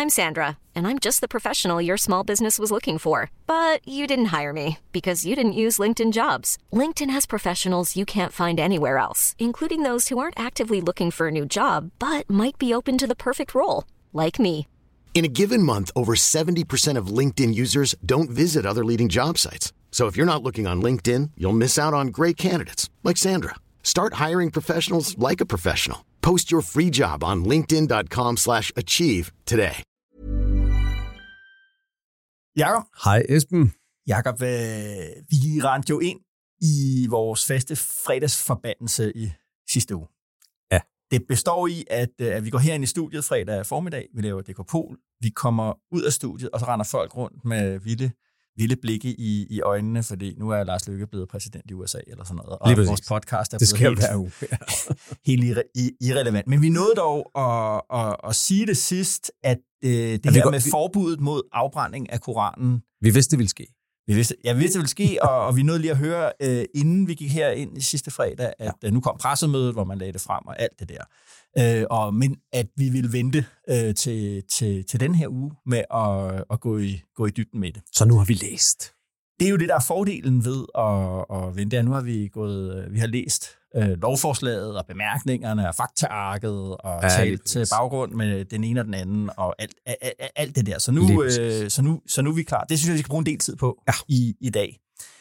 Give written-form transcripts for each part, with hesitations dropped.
I'm Sandra, and I'm just the professional your small business was looking for. But you didn't hire me because you didn't use LinkedIn Jobs. LinkedIn has professionals you can't find anywhere else, including those who aren't actively looking for a new job, but might be open to the perfect role, like me. In a given month, over 70% of LinkedIn users don't visit other leading job sites. So if you're not looking on LinkedIn, you'll miss out on great candidates like Sandra. Start hiring professionals like a professional. Post your free job on linkedin.com/achieve today. Jakob. Hej Esben. Jakob, vi rendte jo ind i vores faste fredagsforbandelse i sidste uge. Ja. Det består i, at vi går herind i studiet fredag formiddag. Vi laver DK Pol. Vi kommer ud af studiet, og så render folk rundt med vilde blikke i øjnene, fordi nu er Lars Løkke blevet præsident i USA eller sådan noget. Og vores podcast er blevet helt irrelevant. Men vi nåede dog at sige det sidst, at det her med forbuddet mod afbrænding af Koranen. Vi vidste, det ville ske. Vi vidste, det ville ske, og vi nåede lige at høre, inden vi gik herind i sidste fredag, at nu kom pressemødet, hvor man lagde det frem og alt det der. Men at vi ville vente til den her uge med at gå i dybden med det. Så nu har vi læst. Det er jo det, der er fordelen ved at vente. Nu har vi har læst lovforslaget og bemærkningerne og faktaarket og talt til baggrund med den ene og den anden og alt det der. Så nu er vi klar. Det synes jeg, vi skal bruge en del tid på i dag.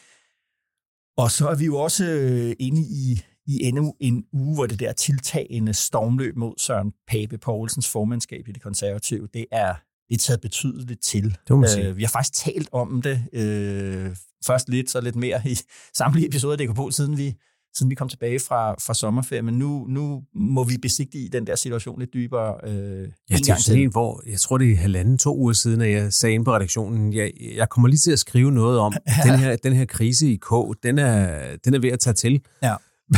Og så er vi jo også inde i endnu en uge, hvor det der tiltagende stormløb mod Søren Pape Poulsens formandskab i Det Konservative, det er taget betydeligt til. Vi har faktisk talt om det først lidt, så lidt mere i samtlige episoder af DK Pol, siden vi kom tilbage fra sommerferie, men nu må vi besigtige den der situation lidt dybere. Det er sådan en, hvor jeg tror, det er 1,5-2 uger siden, at jeg sagde inde på redaktionen, jeg kommer lige til at skrive noget om, den her krise i K, den er ved at tage til. Ja.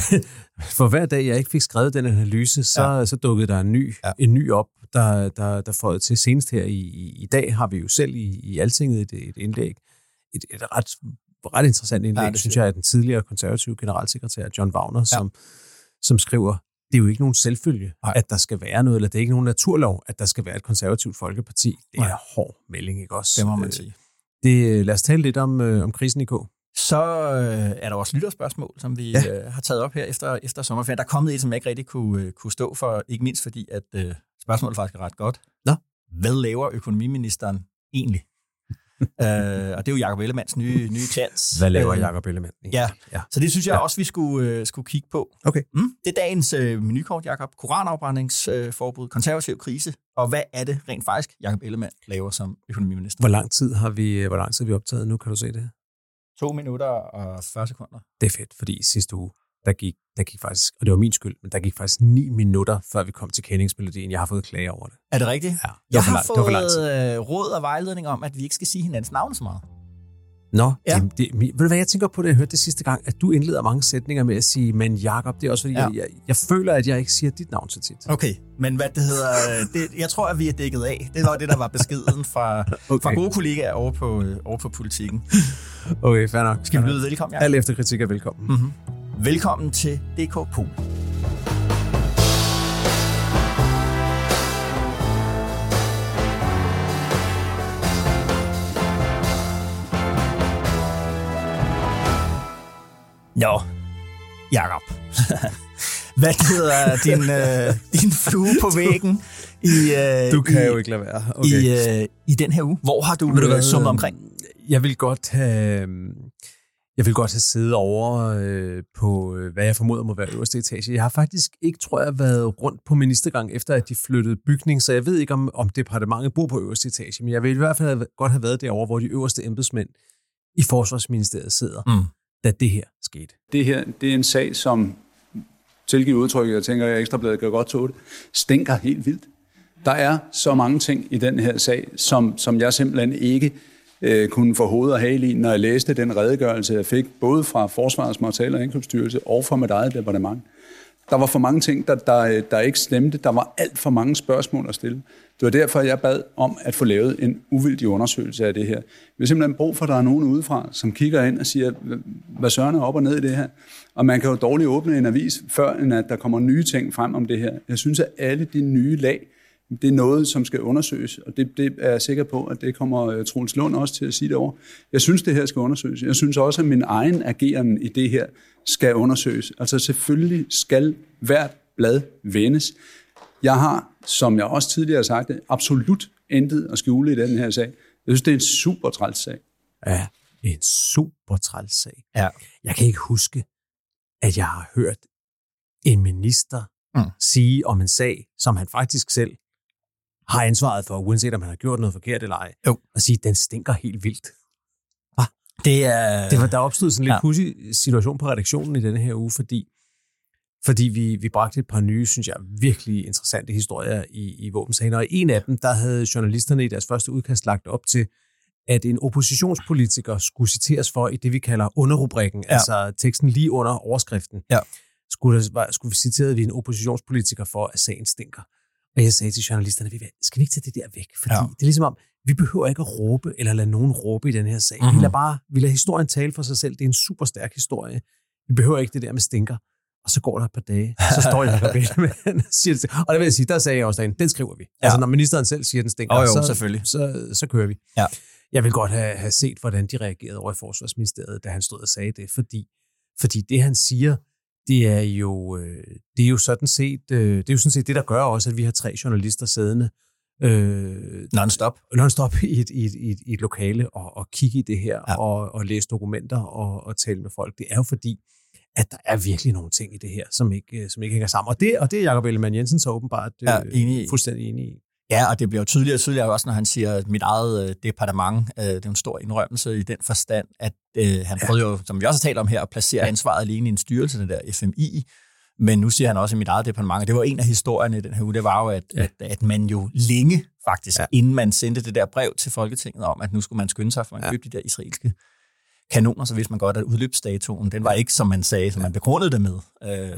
For hver dag, jeg ikke fik skrevet den analyse, så dukkede der en ny op, der får til. Senest her i dag har vi jo selv i Altinget et indlæg, et ret interessant indlæg, synes jeg, af den tidligere konservative generalsekretær John Wagner, som skriver, det er jo ikke nogen selvfølge, at der skal være noget, eller det er ikke nogen naturlov, at der skal være et konservativt folkeparti. Det er hård melding, ikke også? Det må man sige. Lad os tale lidt om krisen i K. Så er der også lytterspørgsmål, som vi har taget op her efter sommerferien. Der er kommet et, som jeg ikke rigtig kunne stå for, ikke mindst fordi, at spørgsmålet faktisk er ret godt. Nå? Hvad laver økonomiministeren egentlig? Og det er jo Jakob Ellemanns nye chance. Hvad laver Jakob Ellemann? Ja, så det synes jeg også, vi skulle kigge på. Okay. Det er dagens menukort, Jakob. Koranafbrændingsforbud, konservativ krise. Og hvad er det rent faktisk, Jakob Ellemann laver som økonomiminister? Hvor lang tid har vi optaget nu? Kan du se det? 2 minutter og 40 sekunder. Det er fedt, fordi sidste uge, der gik faktisk, og det var min skyld, men der gik faktisk 9 minutter, før vi kom til kendingsmelodien. Jeg har fået klage over det. Er det rigtigt? Ja. Jeg har fået råd og vejledning om, at vi ikke skal sige hinandens navn så meget. Nå, ved du hvad jeg tænker på, da jeg hørte det sidste gang, at du indleder mange sætninger med at sige, men Jakob, det er også fordi, jeg føler, at jeg ikke siger dit navn så tit. Okay, men hvad det hedder, jeg tror, at vi er dækket af. Det var det, der var beskeden fra gode kollegaer over på Politikken. Okay, fair nok. Skal vi byde velkommen, Jakob? Alt efter kritik er velkommen. Mm-hmm. Velkommen til DK Pol. Nå, Jakob. Hvad hedder din flue på væggen du kan jo ikke lade være. Okay. I den her uge? Hvor har du summet omkring? Jeg vil godt have siddet over på, hvad jeg formoder må være øverste etage. Jeg har faktisk ikke, tror jeg, været rundt på ministergang, efter at de flyttede bygning, så jeg ved ikke, om departementet bor på øverste etage, men jeg vil i hvert fald godt have været derovre, hvor de øverste embedsmænd i Forsvarsministeriet sidder, da det her skete. Det her, det er en sag, som tilgivet udtrykket, jeg tænker, at Ekstrabladet kan godt tåle det, stinker helt vildt. Der er så mange ting i den her sag, som jeg simpelthen ikke kunne få hoved og hale i, når jeg læste den redegørelse, jeg fik, både fra Forsvarets Materiel- og Indkøbsstyrelse og fra mit eget departement. Der var for mange ting, der ikke stemte. Der var alt for mange spørgsmål at stille. Det var derfor, jeg bad om at få lavet en uvildig undersøgelse af det her. Vi har simpelthen brug for, at der er nogen udefra, som kigger ind og siger, hvad søren er op og ned i det her. Og man kan jo dårligt åbne en avis, før end at der kommer nye ting frem om det her. Jeg synes, at alle de nye lag Det er noget, som skal undersøges, og det er jeg sikker på, at det kommer Troels Lund også til at sige det over. Jeg synes, det her skal undersøges. Jeg synes også, at min egen ageren i det her skal undersøges. Altså selvfølgelig skal hvert blad vendes. Jeg har, som jeg også tidligere har sagt det, absolut intet at skjule i den her sag. Jeg synes, det er en super træls sag. Ja, en super træls sag. Ja. Jeg kan ikke huske, at jeg har hørt en minister sige om en sag, som han faktisk selv har ansvaret for, uanset om han har gjort noget forkert eller ej, og sige, at den stinker helt vildt. Der opstod sådan en lidt pudsig situation på redaktionen i denne her uge, fordi vi bragte et par nye, synes jeg, virkelig interessante historier i våbensagen. Og i en af dem, der havde journalisterne i deres første udkast lagt op til, at en oppositionspolitiker skulle citeres for i det, vi kalder underrubrikken, altså teksten lige under overskriften. Ja. Skulle vi citere en oppositionspolitiker for, at sagen stinker. Og jeg sagde til journalisterne, skal vi ikke tage det der væk? Fordi det er ligesom om, vi behøver ikke at råbe, eller lade nogen råbe i den her sag. Vi lader historien tale for sig selv. Det er en super stærk historie. Vi behøver ikke det der med stinker. Og så går der et par dage, så står Jacob Ellemann og siger det. Og der vil jeg sige, der sagde jeg også derinde, den skriver vi. Ja. Altså når ministeren selv siger, den stinker, så kører vi. Ja. Jeg vil godt have set, hvordan de reagerede over i Forsvarsministeriet, da han stod og sagde det, fordi det, han siger, det er jo sådan set det, der gør også, at vi har 3 journalister siddende non-stop i et lokale og kigge i det her og læse dokumenter og tale med folk. Det er jo fordi, at der er virkelig nogle ting i det her, som ikke hænger sammen. Og det er Jacob Ellemann Jensen så åbenbart fuldstændig enig i. Ja, og det bliver jo tydeligere og tydeligere også, når han siger, at mit eget departement, det er en stor indrømmelse i den forstand, at han prøvede jo, som vi også har talt om her, at placere ansvaret alene i en styrelse, den der FMI. Men nu siger han også i mit eget departement, og det var en af historierne i den her uge, det var jo, at man jo længe faktisk, inden man sendte det der brev til Folketinget om, at nu skulle man skynde sig, for man købte de der israelske kanoner, så vidste man godt, at udløbsdatoen, den var ikke, som man sagde, som man begrundede det med,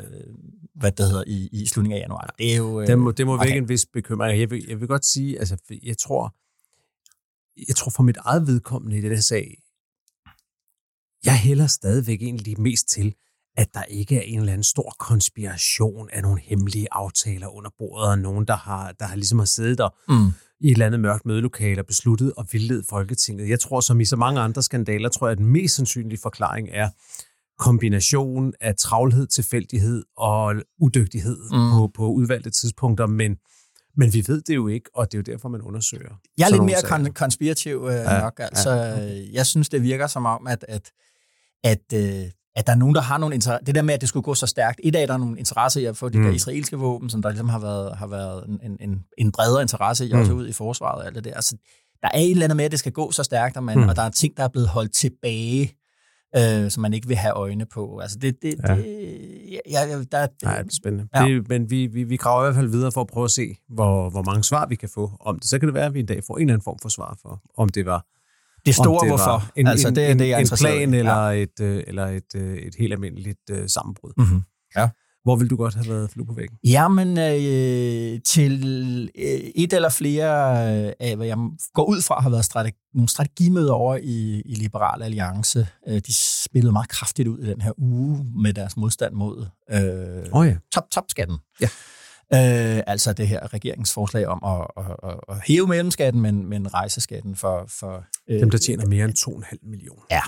i slutningen af januar. Det er jo... Det må vække en vis bekymring. Jeg vil godt sige, altså, jeg tror for mit eget vedkommende i det her sag, jeg hælder stadigvæk egentlig mest til, at der ikke er en eller anden stor konspiration af nogle hemmelige aftaler under bordet, og nogen, der har ligesom har siddet der i et eller andet mørkt mødelokale og besluttet at vildlede Folketinget. Jeg tror, som i så mange andre skandaler, tror jeg, at den mest sandsynlige forklaring er kombination af travlhed, tilfældighed og udygtighed på udvalgte tidspunkter, men vi ved det jo ikke, og det er jo derfor, man undersøger. Jeg er lidt mere konspirativ nok. Altså, jeg synes, det virker som om, at der er nogen, der har nogle interesser. Det der med, at det skulle gå så stærkt. Der er nogle interesser i at få de der israelske våben, som der ligesom har været en bredere interesse i, også ud i forsvaret og alt det der. Altså, der er et eller andet med, at det skal gå så stærkt, og der er ting, der er blevet holdt tilbage, som man ikke vil have øjne på. Altså, det er spændende. Ja. Men vi graver i hvert fald videre for at prøve at se, hvor mange svar vi kan få om det. Så kan det være, at vi en dag får en eller anden form for svar for, om det var det store hvorfor. En plan eller et helt almindeligt sammenbrud. Mm-hmm. Ja. Hvor vil du godt have været flue på væggen? Jamen, til et eller flere af, hvad jeg går ud fra, har været nogle strategimøder over i Liberal Alliance. De spillede meget kraftigt ud i den her uge med deres modstand mod topskatten. Ja. Altså det her regeringsforslag om at hæve mellemskatten, men rejseskatten for dem, der tjener mere end 2,5 millioner. Ja.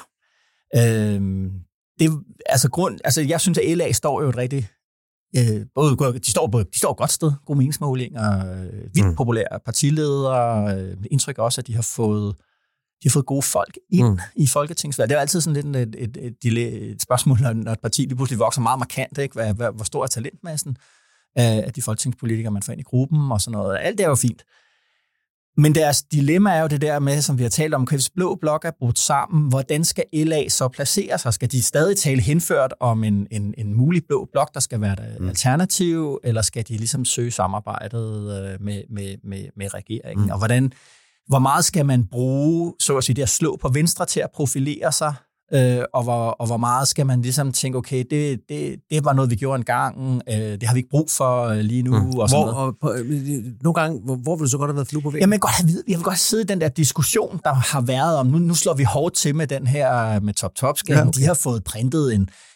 Jeg synes, at LA står jo et rigtig de står et godt sted, gode meningsmålinger, vildt populære partiledere, indtryk også, at de har fået gode folk ind i folketingsvalget. Det er altid sådan lidt et spørgsmål, når et parti lige pludselig vokser meget markant, ikke? Hvor stor er talentmassen af de folketingspolitikere, man får ind i gruppen og sådan noget. Alt det er jo fint. Men deres dilemma er jo det der med, som vi har talt om, hvis blå blok er brudt sammen, hvordan skal LA så placere sig? Skal de stadig tale henført om en mulig blå blok, der skal være et alternativ, eller skal de ligesom søge samarbejdet med regeringen? Og hvor meget skal man bruge, så at sige, det at slå på venstre til at profilere sig? Og hvor meget skal man ligesom tænke, okay, det var noget, vi gjorde engang, det har vi ikke brug for lige nu, og sådan noget. Nogle gange, hvor vil du så godt have været flue på væggen? Jamen, jeg vil godt sidde i den der diskussion, der har været om, nu slår vi hårdt til med den her med top-top-skatten. Ja, okay. De har fået printet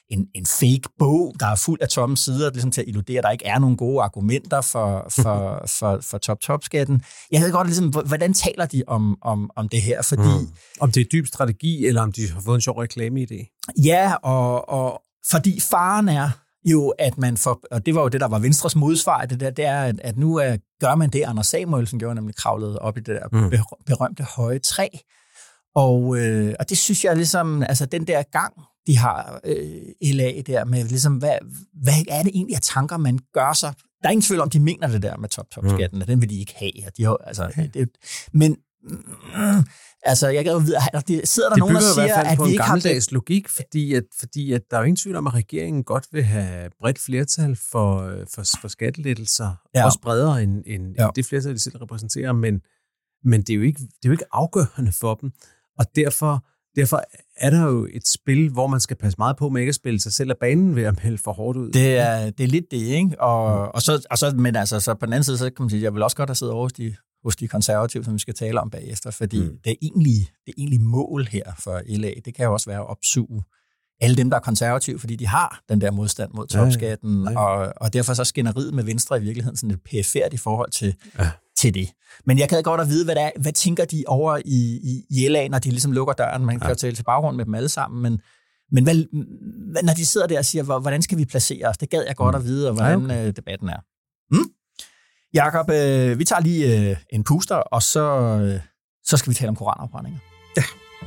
en fake bog, der er fuld af tomme sider, ligesom til at illudere, at der ikke er nogen gode argumenter for top-top-skatten. Jeg ved godt, ligesom, hvordan taler de om det her? Fordi, om det er dyb strategi, eller om de har fået en sjov reklameidé? Ja, og fordi faren er jo, at man får, og det var jo det, der var Venstres modsvar, det er, at nu gør man det, Anders Samuelsen gjorde, nemlig kravlede op i det der berømte høje træ. Og det synes jeg ligesom, altså den der gang, de har LA der med ligesom, hvad er det egentlig af tanker, man gør sig? Der er ingen tvivl om, de mener det der med top-skatten, og den vil de ikke have. De har, altså, men altså, jeg kan jo vide, sidder der nogen, der siger, at vi ikke har det. Det bygger i hvert fald på en gammeldags logik, fordi at der er jo ingen tvivl om, at regeringen godt vil have bredt flertal for skattelettelser, også bredere end det flertal, de selv repræsenterer, men det er jo ikke afgørende for dem, og derfor er der jo et spil, hvor man skal passe meget på med ikke at spille sig selv af banen ved at melde for hårdt ud. Det er lidt det, ikke? Og så, men altså, så på den anden side, så kan man sige, jeg vil også godt have siddet over hos de konservative, som vi skal tale om bagefter, fordi det egentlige mål her for LA, det kan jo også være at opsuge alle dem, der er konservative, fordi de har den der modstand mod topskatten, og derfor så skænderiet med Venstre i virkeligheden sådan lidt perifert i forhold til det. Men jeg kan godt at vide, hvad tænker de over i LA, når de ligesom lukker døren. Man kan tale til baggrund med dem alle sammen, men når de sidder der og siger, hvordan skal vi placere os? Det gad jeg godt at vide, og hvordan debatten er. Jakob, vi tager lige en puster, og så skal vi tale om koranafbrændinger. Ja.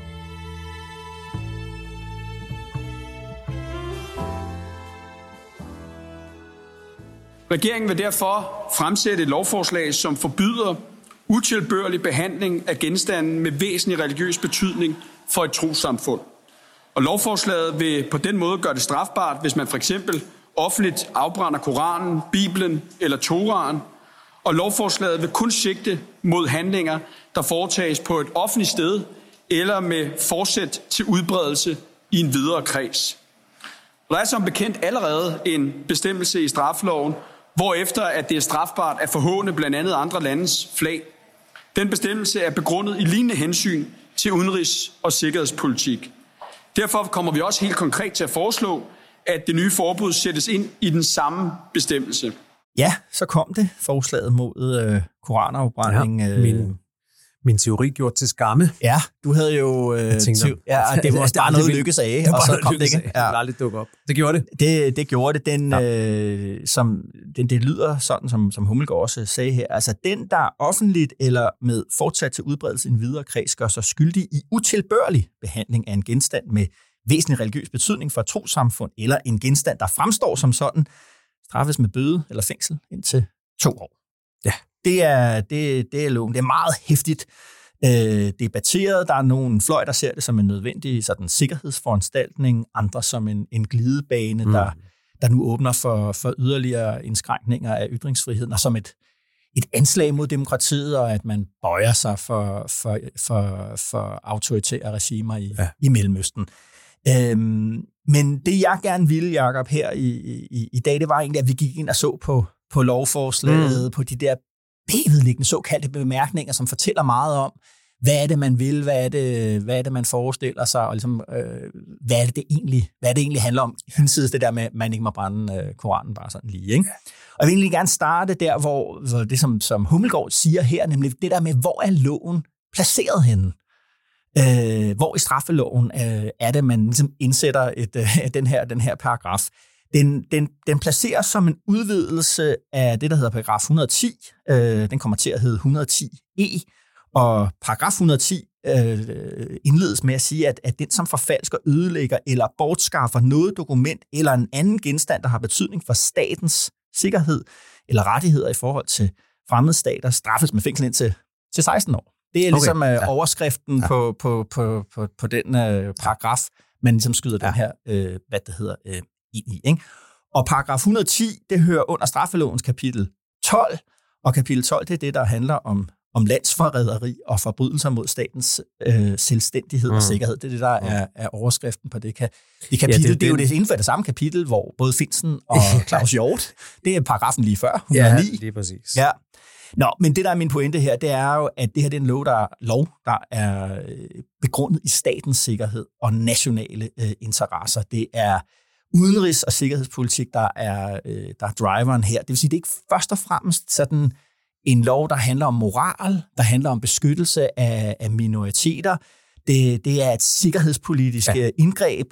Regeringen vil derfor fremsætte et lovforslag, som forbyder utilbørlig behandling af genstande med væsentlig religiøs betydning for et trossamfund. Og lovforslaget vil på den måde gøre det strafbart, hvis man for eksempel offentligt afbrænder Koranen, Bibelen eller Toraen. Og lovforslaget vil kun sigte mod handlinger, der foretages på et offentligt sted eller med forsæt til udbredelse i en videre kreds. Der er som bekendt allerede en bestemmelse i straffeloven, hvorefter at det er strafbart at forhåne blandt andet andre landes flag. Den bestemmelse er begrundet i lignende hensyn til udenrigs- og sikkerhedspolitik. Derfor kommer vi også helt konkret til at foreslå, at det nye forbud sættes ind i den samme bestemmelse. Ja, så kom det, forslaget mod koranafbrænding. Ja, min teori gjort til skamme. Ja, du havde jo... det var bare noget lykkes af, og så kom det ikke. Det aldrig dukke op. Det gjorde det. Det gjorde det. Det lyder sådan, som Hummelgaard også sagde her. Altså, den, der offentligt eller med fortsat til udbredelse i en videre kreds, gør sig skyldig i utilbørlig behandling af en genstand med væsentlig religiøs betydning for et trossamfund, eller en genstand, der fremstår som sådan, straffes med bøde eller fængsel indtil 2 år. Ja. Det er loven. Det er meget hæftigt debatteret. Der er nogle fløj, der ser det som en nødvendig sådan, sikkerhedsforanstaltning, andre som en glidebane, der nu åbner for yderligere indskrænkninger af ytringsfriheden, og som et anslag mod demokratiet, og at man bøjer sig for autoritære regimer i Mellemøsten. Men det, jeg gerne ville, Jacob, her i dag, det var egentlig, at vi gik ind og så på lovforslaget, på de der bagvedliggende såkaldte bemærkninger, som fortæller meget om, hvad er det, man vil, hvad er det, man forestiller sig, og ligesom, hvad er det egentlig handler om, hinsides det der med, at man ikke må brænde Koranen bare sådan lige, ikke? Og jeg vil egentlig gerne starte der, hvor det, som Hummelgaard siger her, nemlig det der med, hvor er loven placeret henne? Hvor i straffeloven er det, man ligesom indsætter den her paragraf. Den placeres som en udvidelse af det, der hedder paragraf 110. Den kommer til at hedde 110e, og paragraf 110 indledes med at sige, at den, som forfalsker, ødelægger eller bortskaffer noget dokument eller en anden genstand, der har betydning for statens sikkerhed eller rettigheder i forhold til fremmede stater, straffes med fængsel indtil 16 år. Det er ligesom overskriften på den paragraf, man ligesom skyder den her, ind i. Ikke? Og paragraf 110, det hører under straffelovens kapitel 12, og kapitel 12, det er det, der handler om landsforræderi og forbrydelser mod statens selvstændighed og sikkerhed. Det er det, der er overskriften på det kapitel. Det er jo det inden for det samme kapitel, hvor både Finsen og Claus Hjort, det er paragrafen lige før, 109. Ja, lige præcis. Ja. Nå, men det, der er min pointe her, det er jo, at det her det er en lov, der er begrundet i statens sikkerhed og nationale interesser. Det er udenrigs- og sikkerhedspolitik, der er driveren her. Det vil sige, det er ikke først og fremmest sådan en lov, der handler om moral, der handler om beskyttelse af minoriteter. Det er et sikkerhedspolitisk indgreb,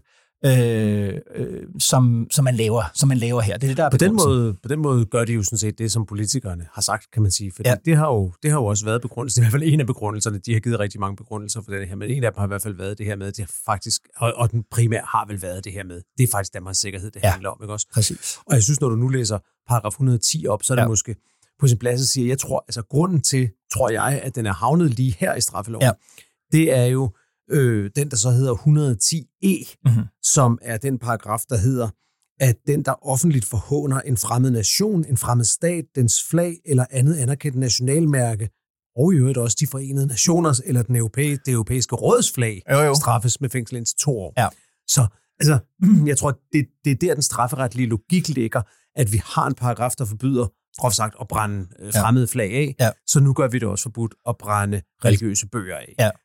som man laver her. Det er det, der er på den måde gør de jo sådan set det, som politikerne har sagt, kan man sige. For det har jo også været begrundelsen. Det er i hvert fald en af begrundelserne. De har givet rigtig mange begrundelser for det her, men en af dem har i hvert fald været det her med, det har faktisk, og den primære har vel været det her med, det er faktisk Danmarks sikkerhed, det handler om, ikke også? Præcis. Og jeg synes, når du nu læser paragraf 110 op, så er det måske på sin plads at sige, jeg tror, altså grunden til, tror jeg, at den er havnet lige her i straffeloven, det er jo den, der så hedder 110e, som er den paragraf, der hedder, at den, der offentligt forhåner en fremmed nation, en fremmed stat, dens flag eller andet anerkendt nationalmærke, og i øvrigt også de forenede nationers eller det europæiske råds flag, straffes med fængsel indtil 2 år. Ja. Så altså, jeg tror, det er der, den strafferetlige logik ligger, at vi har en paragraf, der forbyder groft sagt at brænde fremmede flag af, så nu gør vi det også forbudt at brænde religiøse bøger af. Ja.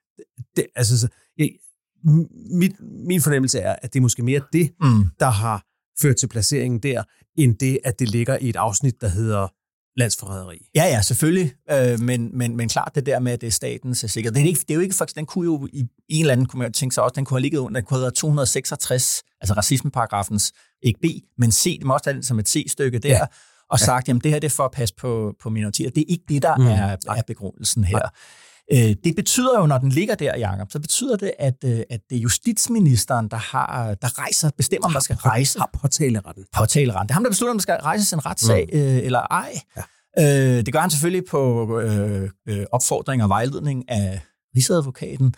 Min fornemmelse er, at det er måske mere det, der har ført til placeringen der, end det, at det ligger i et afsnit, der hedder landsforræderi. Ja, selvfølgelig. Men klart det der med, at det er statens sikkerhed. Det er jo ikke faktisk, den kunne jo i en eller anden, kunne man tænke sig også, den kunne have ligget under, den kunne have været 266, altså racismeparagrafens, ikke B, men C, det må også have den som et C-stykke der, og sagt, jamen det her det er for at passe på minoriteter. Det er ikke det, der er begrundelsen her. Det betyder jo, når den ligger der, Jacob, så betyder det, at det er justitsministeren, der rejser, bestemmer, om der skal rejse. Har påtaleretten. Påtaleretten. Det er ham, der beslutter, om der skal rejses en retssag eller ej. Ja. Det gør han selvfølgelig på opfordring og vejledning af rigsadvokaten,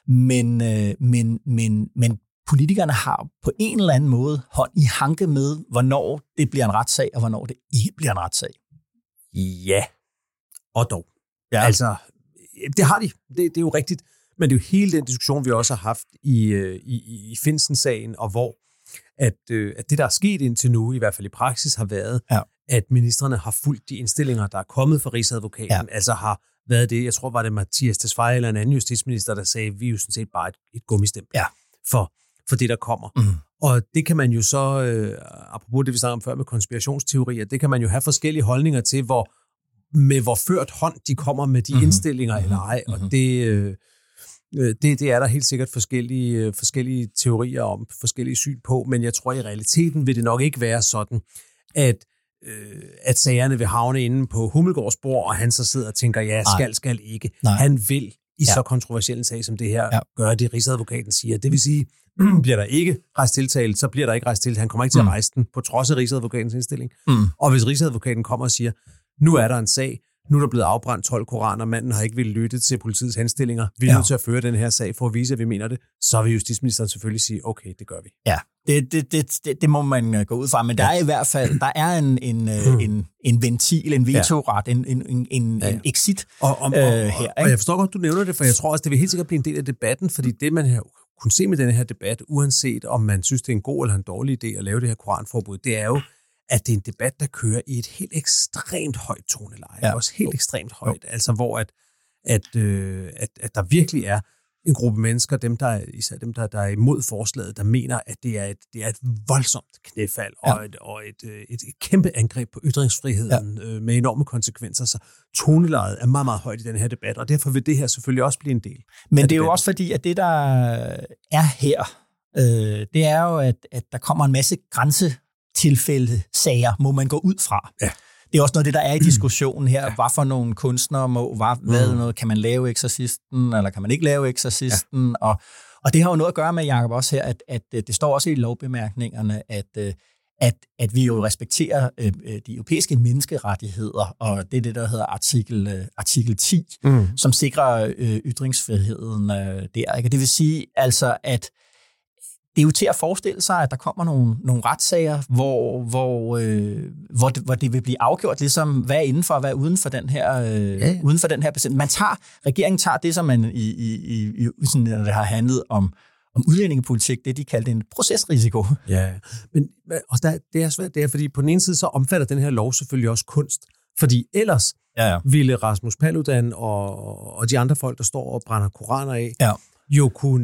men politikerne har på en eller anden måde hånd i hanke med, hvornår det bliver en retssag, og hvornår det ikke bliver en retssag. Ja, og dog. Ja. Altså, det har de. Det er jo rigtigt. Men det er jo hele den diskussion, vi også har haft i Finsen-sagen, og hvor at det, der er sket indtil nu, i hvert fald i praksis, har været, at ministerne har fulgt de indstillinger, der er kommet fra rigsadvokaten. Altså har været det, jeg tror, var det Mathias Tesfaye eller en anden justitsminister, der sagde, vi er jo sådan set bare et gummistempel for det, der kommer. Og det kan man jo så, apropos det, vi snakkede om før med konspirationsteorier, det kan man jo have forskellige holdninger til, hvor ført hånd de kommer med de indstillinger eller ej, og det er der helt sikkert forskellige teorier om, forskellige syn på, men jeg tror i realiteten vil det nok ikke være sådan, at sagerne vil havne inde på Hummelgaards bord, og han så sidder og tænker, skal ikke. Nej. Han vil i så kontroversiel en sag som det her gøre det, rigsadvokaten siger. Det vil sige, bliver der ikke rejst tiltale, så bliver der ikke rejst tiltale. Han kommer ikke til at rejse den, på trods af rigsadvokatens indstilling. Og hvis rigsadvokaten kommer og siger, nu er der en sag, nu er der blevet afbrændt 12 koraner, manden har ikke villet lytte til politiets henstillinger, vi er nødt til at føre den her sag for at vise, at vi mener det, så vil justitsministeren selvfølgelig sige, okay, det gør vi. Ja, det må man gå ud fra, men der er i hvert fald, der er en ventil, en vetoret, en exit her. Og jeg forstår godt, du nævner det, for jeg tror også, det vil helt sikkert blive en del af debatten, fordi det, man har kunne se med denne her debat, uanset om man synes, det er en god eller en dårlig idé at lave det her koranforbud, det er jo, at det er en debat, der kører i et helt ekstremt højt toneleje. Også helt ekstremt højt. Altså hvor at der virkelig er en gruppe mennesker, især dem, der er imod forslaget, der mener, at det er et voldsomt knæfald og et kæmpe angreb på ytringsfriheden med enorme konsekvenser. Så tonelejet er meget, meget højt i den her debat, og derfor vil det her selvfølgelig også blive en del. Men det er jo også fordi, at det, der er her, det er jo, at der kommer en masse grænsetilfælde sager, må man gå ud fra. Ja. Det er også noget af det, der er i diskussionen her. Hvad for nogle kunstnere noget, kan man lave Eksorcisten, eller kan man ikke lave Eksorcisten? Ja. Og det har jo noget at gøre med, Jacob, også her, at det står også i lovbemærkningerne, at vi jo respekterer de europæiske menneskerettigheder, og det er det, der hedder artikel 10, som sikrer ytringsfriheden der. Ikke? Det vil sige altså, at det er jo til at forestille sig, at der kommer nogle retssager, hvor det vil blive afgjort, ligesom hvad er indenfor og hvad er uden for den her, uden for den her bestemmelse. Regeringen tager det, som man i sådan, når det har handlet om udlændingepolitik, det de kaldte en procesrisiko. Ja, men og det er svært, det er, fordi på den ene side så omfatter den her lov selvfølgelig også kunst, fordi ellers ville Rasmus Paludan og de andre folk, der står og brænder koraner af, jo kunne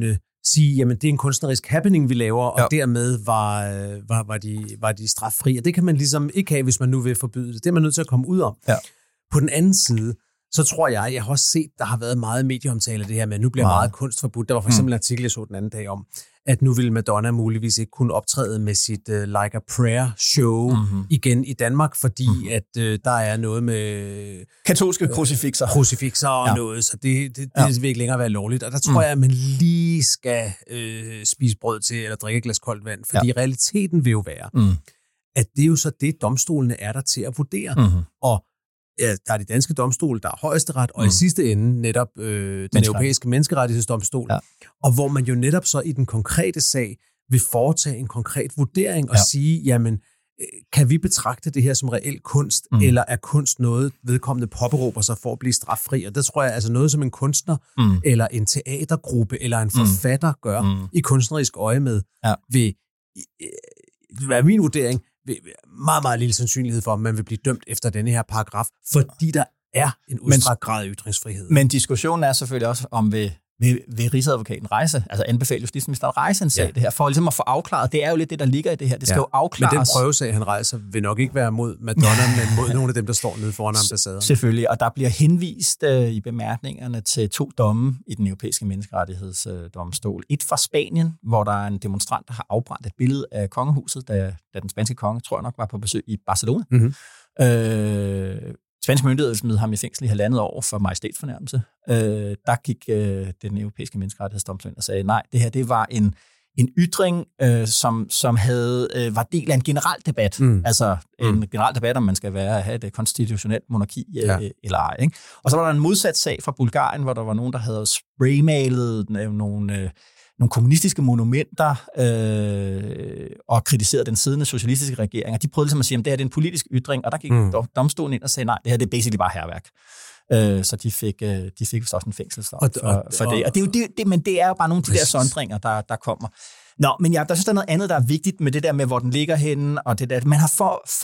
sige, jamen det er en kunstnerisk happening, vi laver, og dermed var de straffri. Og det kan man ligesom ikke have, hvis man nu vil forbyde det. Det er man nødt til at komme ud om. Ja. På den anden side, så tror jeg har også set, der har været meget medieomtale af det her med, at nu bliver meget kunst forbudt. Der var for eksempel en artikel, jeg så den anden dag om, at nu vil Madonna muligvis ikke kunne optræde med sit Like a Prayer show igen i Danmark, fordi at der er noget med katolske krucifixer og noget, så det vil ikke længere være lovligt. Og der tror jeg, at man lige skal spise brød til, eller drikke et glas koldt vand, fordi realiteten vil jo være, at det er jo så det, domstolene er der til at vurdere. Og der er de danske domstole, der er højesteret, og i sidste ende netop den europæiske menneskerettighedsdomstol, og hvor man jo netop så i den konkrete sag vil foretage en konkret vurdering og sige, jamen, kan vi betragte det her som reel kunst, eller er kunst noget, vedkommende påberåber sig for at blive straffri? Og det tror jeg, altså noget som en kunstner, eller en teatergruppe, eller en forfatter gør i kunstnerisk øje med, vil være min vurdering, meget, meget lille sandsynlighed for, at man vil blive dømt efter denne her paragraf, fordi der er en udstrakt grad af ytringsfrihed. Men diskussionen er selvfølgelig også, om vil Rigsadvokaten rejse, altså anbefale justitsministeren rejse en sag det her, for ligesom at få afklaret, det er jo lidt det, der ligger i det her, det skal jo afklares. Men den prøvesag, han rejser, vil nok ikke være mod Madonna, men mod nogle af dem, der står nede foran ambassaden. Selvfølgelig, og der bliver henvist i bemærkningerne til 2 domme i den europæiske menneskerettighedsdomstol. Et fra Spanien, hvor der er en demonstrant, der har afbrændt et billede af kongehuset, da den spanske konge, tror jeg nok, var på besøg i Barcelona. Spanske myndigheder smed ham i fængsel i 1,5 år for majestætsfornærmelse. Der gik den europæiske menneskerettighedsdomstol og sagde, nej, det her det var en ytring, som var del af en generel debat. Altså en generel debat, om man skal have et konstitutionelt monarki eller ej. Ikke? Og så var der en modsat sag fra Bulgarien, hvor der var nogen, der havde spraymalet nogle kommunistiske monumenter og kritiseret den siddende socialistiske regering. Og de prøvede ligesom at sige, at det her er en politisk ytring, og der gik domstolen ind og sagde, nej, det her det er basically bare hærværk. Så de fik også en fængselsdom for det. Og det er jo det, men det er jo bare nogle af de der sondringer, der kommer. Nå, men der synes, der er noget andet, der er vigtigt med det der med, hvor den ligger henne, og det der. Man har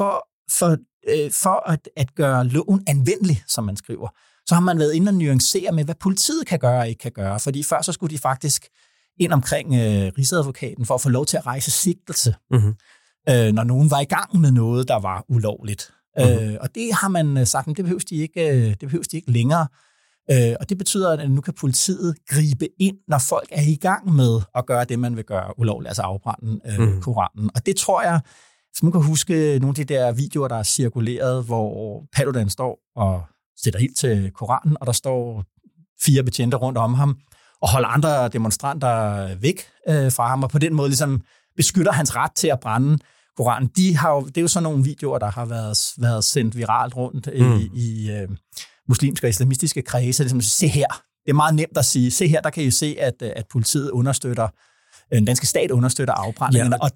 for at gøre loven anvendelig, som man skriver, så har man været inde og nuancere med, hvad politiet kan gøre og ikke kan gøre. Fordi før så skulle de faktisk ind omkring Rigsadvokaten for at få lov til at rejse sigtelse, når nogen var i gang med noget, der var ulovligt. Og det har man sagt, det behøves de ikke længere. Og det betyder, at nu kan politiet gribe ind, når folk er i gang med at gøre det, man vil gøre ulovligt, altså afbrænde Koranen. Og det tror jeg, hvis man kan huske nogle af de der videoer, der er cirkuleret, hvor Paludan står og sætter ild til Koranen, og der står 4 betjente rundt om ham, og holder andre demonstranter væk fra ham, og på den måde ligesom beskytter hans ret til at brænde Koranen. Det er jo sådan nogle videoer, der har været sendt viralt rundt i muslimske og islamistiske kredse. Ligesom, se her. Det er meget nemt at sige, se her, der kan I se, at politiet understøtter, den danske stat understøtter afbrændingen. Ja. Og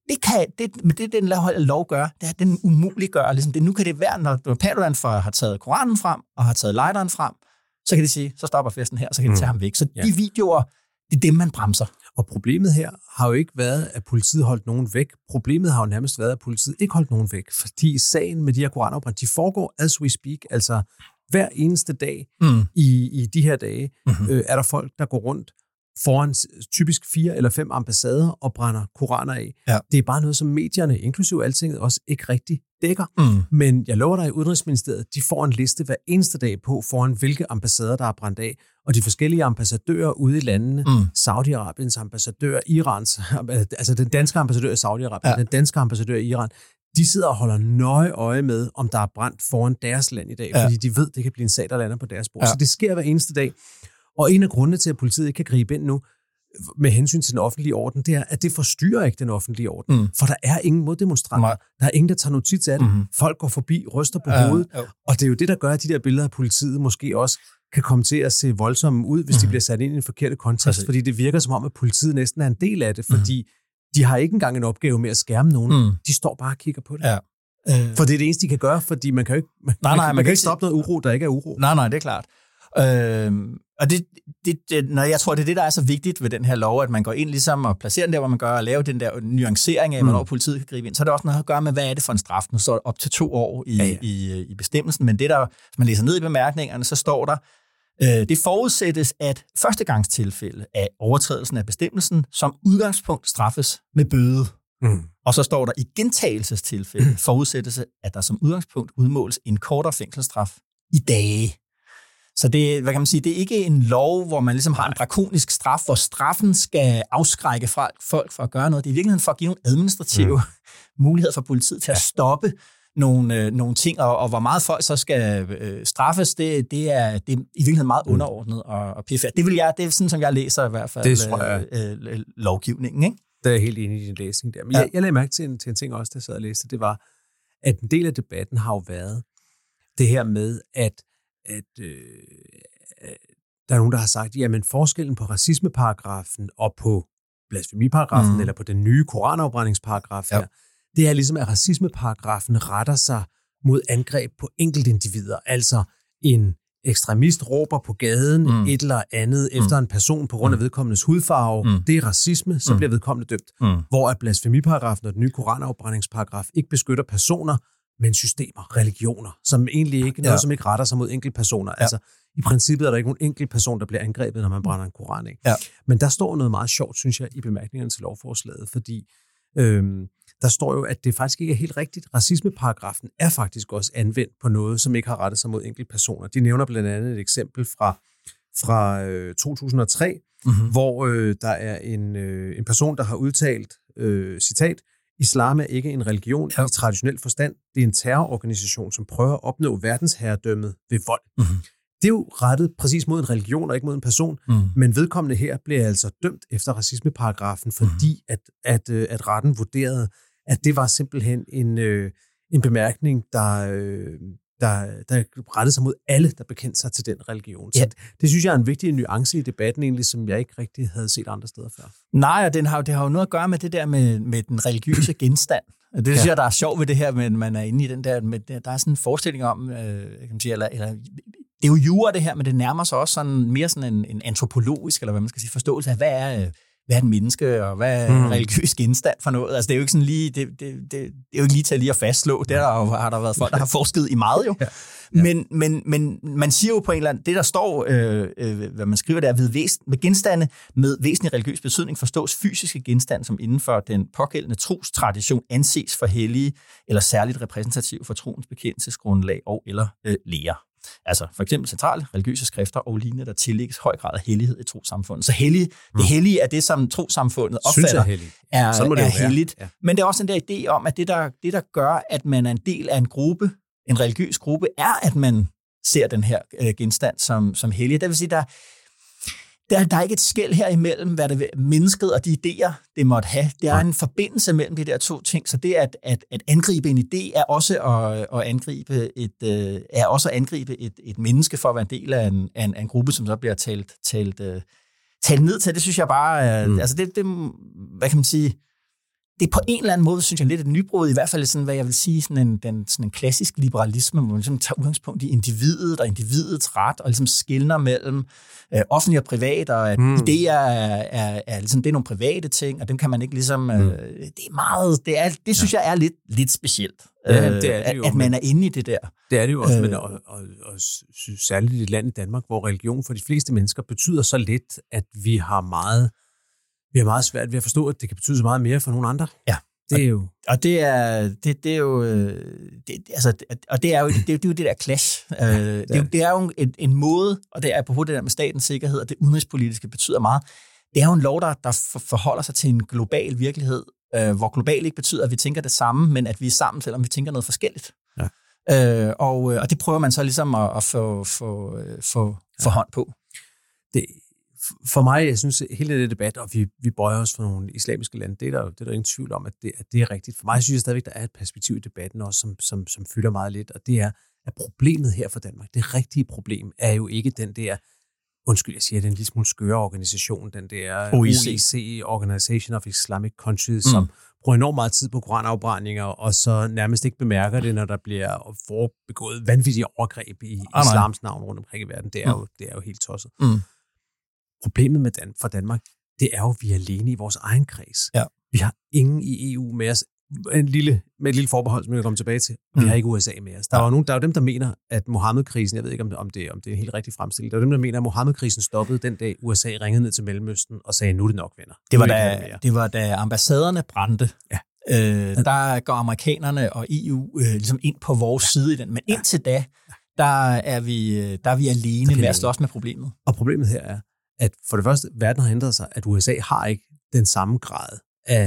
det den lov gør, det er, at den umuliggør. Ligesom nu kan det være, når Paludan har taget Koranen frem, og har taget lighteren frem, så kan de sige, så stopper festen her, så kan de tage ham væk. Så de videoer, det er dem, man bremser. Og problemet her har jo ikke været, at politiet holdt nogen væk. Problemet har jo nærmest været, at politiet ikke holdt nogen væk. Fordi sagen med de her koranafbrændt, de foregår as we speak. Altså hver eneste dag i de her dage, er der folk, der går rundt foran typisk 4 eller 5 ambassader og brænder koraner af. Ja. Det er bare noget, som medierne, inklusive Altinget, også ikke rigtig dækker. Men jeg lover dig, i Udenrigsministeriet, de får en liste hver eneste dag på, foran hvilke ambassader, der er brændt af. Og de forskellige ambassadører ude i landene, Saudi-Arabiens ambassadør, Irans, altså den danske ambassadør i Saudi-Arabien, den danske ambassadør i Iran, de sidder og holder nøje øje med, om der er brændt foran deres land i dag, fordi de ved, det kan blive en sag, der lander på deres bord. Så det sker hver eneste dag. Og en af grundene til, at politiet ikke kan gribe ind nu, med hensyn til den offentlige orden, det er, at det forstyrrer ikke den offentlige orden. For der er ingen moddemonstranter. Der er ingen, der tager notits af det. Folk går forbi, ryster på hovedet. Og det er jo det, der gør, at de der billeder af politiet måske også kan komme til at se voldsomme ud, hvis de bliver sat ind i en forkert kontekst. Fordi det virker som om, at politiet næsten er en del af det, fordi de har ikke engang en opgave med at skærme nogen. De står bare og kigger på det. Ja. For det er det eneste, de kan gøre, fordi man kan jo ikke, man kan ikke stoppe noget uro, der ikke er uro. Nej, det er klart. Og jeg tror, det er det, der er så vigtigt ved den her lov, at man går ind ligesom og placerer den der, hvor man gør, og laver den der nuancering af, hvornår politiet kan gribe ind. Så er det også noget at gøre med, hvad er det for en straf? Nu står det op til 2 år i bestemmelsen, men det der, hvis man læser ned i bemærkningerne, så står der, Det forudsættes, at førstegangstilfælde af overtrædelsen af bestemmelsen som udgangspunkt straffes med bøde. Og så står der i gentagelsestilfælde forudsættes, at der som udgangspunkt udmåles en kortere fængselsstraf i dage. Så det, hvad kan man sige, det er ikke en lov, hvor man ligesom har en drakonisk straf, hvor straffen skal afskrække folk fra at gøre noget. Det er i virkeligheden for at give nogle administrative muligheder for politiet til at stoppe nogle ting, og hvor meget folk så skal straffes, det er i virkeligheden meget underordnet og pfr. Det er sådan, som jeg læser i hvert fald lovgivningen, ikke? Der er jeg helt enig i din læsning der. Men jeg lagde mærke til en ting også, der sad og læste, det var, at en del af debatten har jo været det her med, at der er nogen, der har sagt, jamen forskellen på racismeparagrafen og på blasfemiparagrafen, eller på den nye koranafbrændingsparagraf her, det er ligesom, at racismeparagrafen retter sig mod angreb på enkeltindivider. Altså en ekstremist råber på gaden et eller andet efter en person på grund af vedkommendes hudfarve. Det er racisme, så bliver vedkommende dømt. Hvor at blasfemiparagrafen og den nye koranafbrændingsparagraf ikke beskytter personer, men systemer, religioner, som egentlig ikke noget, som ikke retter sig mod enkeltpersoner. Altså i princippet er der ikke nogen enkelt person, der bliver angrebet, når man brænder en koran af. Men der står noget meget sjovt, synes jeg, i bemærkningerne til lovforslaget, fordi der står jo, at det faktisk ikke er helt rigtigt. Racismeparagrafen er faktisk også anvendt på noget, som ikke har rettet sig mod enkeltpersoner. De nævner blandt andet et eksempel fra 2003, hvor der er en person, der har udtalt, citat, islam er ikke en religion i traditionel forstand. Det er en terrororganisation, som prøver at opnå verdensherredømmet ved vold. Det er jo rettet præcis mod en religion og ikke mod en person, men vedkommende her bliver altså dømt efter racismeparagrafen, fordi at retten vurderede, at det var simpelthen en bemærkning, der rettede sig mod alle, der bekendte sig til den religion. Så det synes jeg er en vigtig nuance i debatten egentlig, som jeg ikke rigtig havde set andre steder før. Nej, og det har jo noget at gøre med det der med den religiøse genstand. Det synes jeg, der er sjovt ved det her, men man er inde i den der, der er sådan en forestilling om, kan man sige, eller det er jo jura det her, men det nærmer sig også sådan mere sådan en antropologisk, eller hvad man skal sige, forståelse af, hvad er et menneske, og hvad er en religiøs genstand for noget. Altså det er jo ikke sådan lige, det er jo ikke lige til lige at fastslå. Det har der været folk, der har forsket i meget jo. Men man siger jo på en eller anden, det der står, hvad man skriver der, ved genstande med væsentlig religiøs betydning forstås fysiske genstande, som inden for den pågældende trostradition anses for hellige, eller særligt repræsentativ for troens bekendelsesgrundlag og eller lære. Altså for eksempel centrale religiøse skrifter og lignende, der tillægges høj grad af hellighed i trossamfundet. Så det hellige er det, som trossamfundet opfatter er helligt. Ja. Men det er også den der idé om, at det der gør, at man er en del af en gruppe, en religiøs gruppe, er, at man ser den her genstand som hellig. Det vil sige, der er ikke et skel her imellem, hvad det mennesket og de idéer, det måtte have. Det er en forbindelse mellem de der to ting, så det at angribe en idé er også at angribe et menneske for at være en del af en gruppe, som så bliver talt ned til. Det synes jeg bare, altså det, hvad kan man sige, det er på en eller anden måde, synes jeg, lidt et nybrud, i hvert fald sådan, hvad jeg vil sige, sådan en klassisk liberalisme, hvor man ligesom tager udgangspunkt i individet og individets ret, og ligesom skelner mellem offentlig og privat, og at idéer er ligesom, det er nogle private ting, og dem kan man ikke ligesom, det er meget, det synes jeg er lidt specielt, det er det jo, at man er inde i det der. Det er det jo også, men og særligt i et land i Danmark, hvor religion for de fleste mennesker betyder så lidt, at vi har meget svært ved at forstå, at det kan betyde så meget mere for nogle andre. Ja. Det er jo... Og det er jo det der clash. Det er jo en måde, og det er på det der med statens sikkerhed, og det udenrigspolitiske betyder meget. Det er jo en lov, der forholder sig til en global virkelighed, hvor global ikke betyder, at vi tænker det samme, men at vi er sammen, selvom vi tænker noget forskelligt. Ja. Og det prøver man så ligesom at få hånd på. For mig, jeg synes, hele det debat, og vi bøjer os for nogle islamiske lande, det er der ingen tvivl om, at det er rigtigt. For mig synes jeg stadigvæk, der er et perspektiv i debatten også, som fylder meget lidt, og det er, at problemet her for Danmark, det rigtige problem, er jo ikke den der, undskyld, jeg siger, den lille smule skøre organisation, den der OIC, Organization of Islamic Countries, som bruger enormt meget tid på koranafbrændinger, og så nærmest ikke bemærker det, når der bliver forbegået vanvittige overgreb i islams navn rundt omkring i verden. Det er jo helt tosset. Problemet for Danmark, det er jo, at vi er alene i vores egen kreds. Ja. Vi har ingen i EU med os. med et lille forbehold, som jeg kommer tilbage til. Vi har ikke USA med os. Der er jo dem, der mener, at Mohammed-krisen, jeg ved ikke, om det er helt rigtigt fremstillet, der er dem, der mener, at Mohammed-krisen stoppede den dag, USA ringede ned til Mellemøsten og sagde, nu er det nok, venner. Det var da ambassaderne brændte. Ja. Der går amerikanerne og EU ligesom ind på vores side i den. Men indtil da, der er vi alene med at slås med problemet. Og problemet her er, at for det første, verden har ændret sig, at USA har ikke den samme grad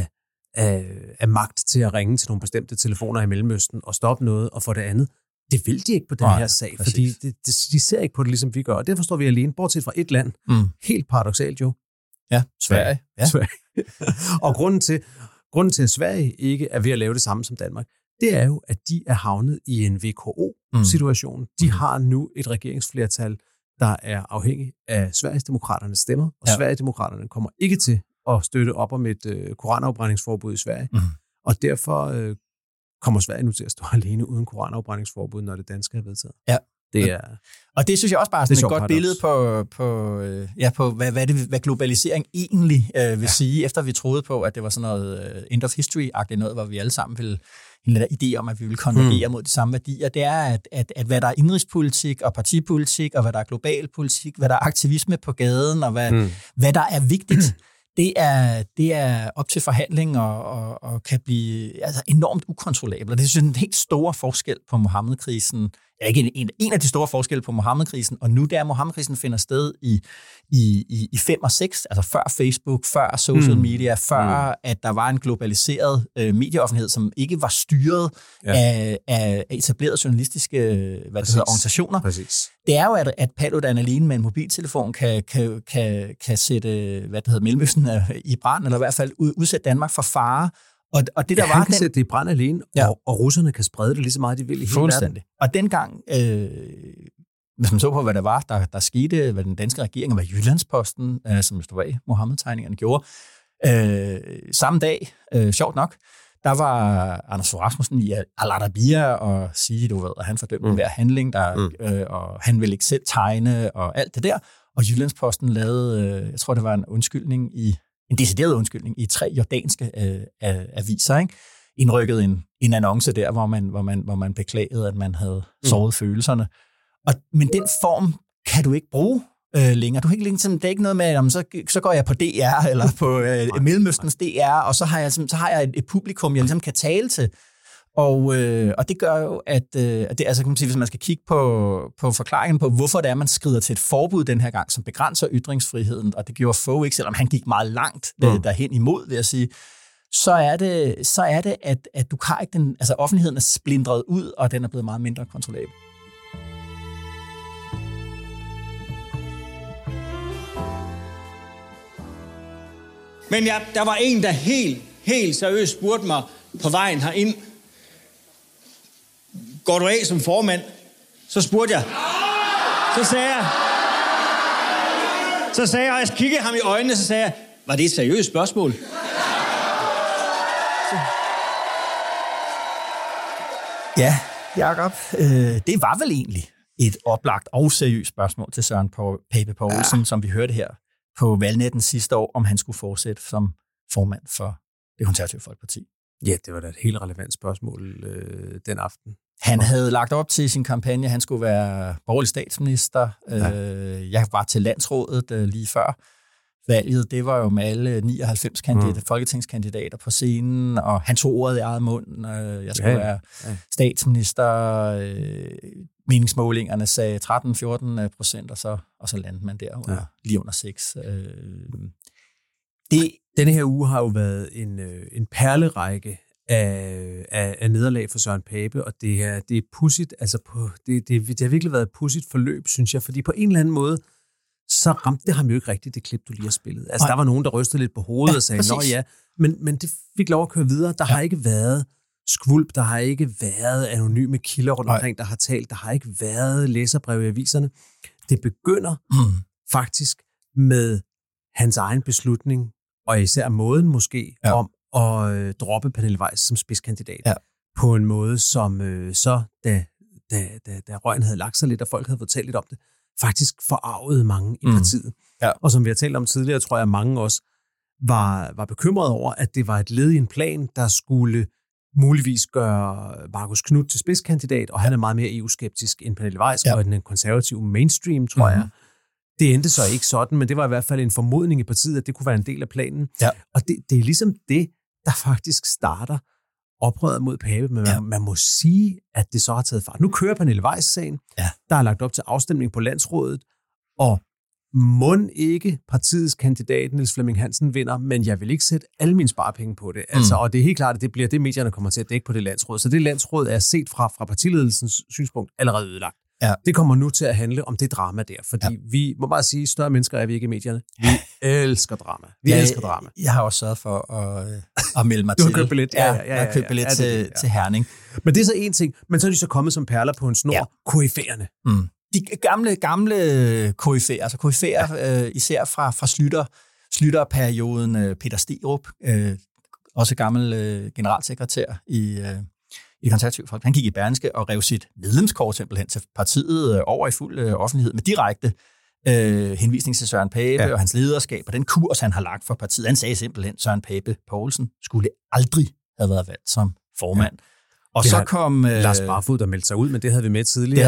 af magt til at ringe til nogle bestemte telefoner i Mellemøsten og stoppe noget, og for det andet, det vil de ikke på den her sag, fordi de ser ikke på det, ligesom vi gør, og derfor står vi alene, bortset fra et land, helt paradoksalt jo. Ja, Sverige. Ja. Sverige. Og grunden til, at Sverige ikke er ved at lave det samme som Danmark, det er jo, at de er havnet i en VKO-situation. De har nu et regeringsflertal, der er afhængig af Sverigesdemokraternes stemmer, og Sverigesdemokraterne kommer ikke til at støtte op om et koranafbrændingsforbud i Sverige. Og derfor kommer Sverige nu til at stå alene uden koranafbrændingsforbud, når det danske er vedtaget. Ja. Det er, og det synes jeg også bare er sådan et godt billede på hvad globalisering egentlig vil sige, efter vi troede på, at det var sådan noget end of history-agtigt noget, hvor vi alle sammen ville en idé om, at vi vil konvergere mod de samme værdier. Det er, at hvad der er indrigspolitik og partipolitik, og hvad der er global politik, hvad der er aktivisme på gaden, og hvad der er vigtigt, det er op til forhandling og kan blive enormt ukontrollabelt. Og det er en helt stor forskel på Mohammed-krisen. Ikke en af de store forskelle på Mohammed-krisen, og nu der Mohammed-krisen finder sted i 5 og 6, altså før Facebook, før social media, før at der var en globaliseret medieoffentlighed, som ikke var styret af etablerede journalistiske organisationer. Præcis. Det er jo, at Paludan alene med en mobiltelefon kan sætte Mellemøsten i brand, eller i hvert fald udsætte Danmark for fare. Og det, der han kan sætte det i brand alene, og russerne kan sprede det lige så meget, de vil i hele verden. Og dengang, hvis man så på, hvad der var, der skete, hvad den danske regering, var Jyllandsposten, som stod bag Mohammed-tegningerne gjorde, samme dag, sjovt nok, der var Anders Fogh Rasmussen i Al-Arabiya og sige, at han fordømte hver handling, og han ville ikke selv tegne, og alt det der. Og Jyllandsposten lavede, jeg tror, det var en decideret undskyldning i 3 jordanske aviser, ikke? Indrykket en annonce der, hvor man beklagede, at man havde såret følelserne. Men den form kan du ikke bruge længere. Du kan ikke længere, det er ikke noget med, så går jeg på DR eller på Mellemøstens DR, og så har jeg et publikum, jeg ligesom kan tale til. Og det gør jo, at det, altså, kan man sige, hvis man skal kigge på forklaringen på, hvorfor det er, man skrider til et forbud den her gang, som begrænser ytringsfriheden, og det gjorde Fogh ikke, selvom han gik meget langt derhen imod, vil jeg sige, så er det, at du har ikke offentligheden er splintret ud, og den er blevet meget mindre kontrollabel. Men der var en, der helt seriøst spurgte mig på vejen herind, går du af som formand? Så spurgte jeg. Så sagde jeg, og jeg kiggede ham i øjnene, så sagde jeg, var det et seriøst spørgsmål? Ja, Jacob, det var vel egentlig et oplagt og seriøst spørgsmål til Søren Pape Poulsen, som vi hørte her på valgnetten sidste år, om han skulle fortsætte som formand for Det Konservative Folkeparti. Ja, det var da et helt relevant spørgsmål den aften. Han havde lagt op til sin kampagne, at han skulle være borgerlig statsminister. Jeg var til landsrådet lige før valget. Det var jo med alle 99 folketingskandidater på scenen, og han tog ordet i eget mund. Jeg skulle være statsminister. Meningsmålingerne sagde 13-14%, og så landede man der lige under 6. Denne her uge har jo været en perlerække af nederlag for Søren Pape, og det er pudsigt, altså det har virkelig været et pudsigt forløb, synes jeg, fordi på en eller anden måde, så ramte det ham jo ikke rigtigt, det klip, du lige har spillet. Altså, der var nogen, der rystede lidt på hovedet og sagde, nå ja, men det fik lov at køre videre. Der har ikke været skvulp, der har ikke været anonyme kilder rundt omkring, der har talt, der har ikke været læserbrev i aviserne. Det begynder faktisk med hans egen beslutning, og især måden måske, om at droppe Pernille Weiss som spidskandidat på en måde, som da røgen havde lagt sig lidt, og folk havde fortalt lidt om det, faktisk forarvede mange i partiet. Ja. Og som vi har talt om tidligere, tror jeg, at mange også var bekymrede over, at det var et led i en plan, der skulle muligvis gør Marcus Knudt til spidskandidat, og han er meget mere EU-skeptisk end Pernille Weiss, og den konservative mainstream, tror jeg. Det endte så ikke sådan, men det var i hvert fald en formodning i partiet, at det kunne være en del af planen. Ja. Og det er ligesom det, der faktisk starter oprøret mod Pape, men man må sige, at det så har taget fart. Nu kører Pernille Weiss-sagen, der er lagt op til afstemning på landsrådet, og mon ikke partiets kandidat, Niels Flemming Hansen, vinder, men jeg vil ikke sætte alle mine sparepenge på det. Altså, og det er helt klart, at det bliver det, medierne kommer til at dække på det landsråd. Så det landsråd er set fra partiledelsens synspunkt allerede ødelagt. Ja. Det kommer nu til at handle om det drama der, fordi vi må bare sige, større mennesker er vi ikke i medierne. Vi elsker drama. Vi elsker drama. Jeg har også sørget for at melde mig til. Du har købt billet. Jeg har købt billet til Herning. Men det er så en ting, men så er de så kommet som perler på en snor, koryfæerne. De gamle koryfæer, altså koryfæer især fra Schlüter-perioden, Peter Sterup, også gammel generalsekretær i Konservative Folk. Han gik i Berlingske og rev sit medlemskort simpelthen til partiet over i fuld offentlighed med direkte henvisning til Søren Pape og hans lederskab og den kurs, han har lagt for partiet. Han sagde simpelthen, at Søren Pape Poulsen skulle aldrig have været valgt som formand. Ja. Og så kom Lars Barfoed, der meldte sig ud, men det havde vi med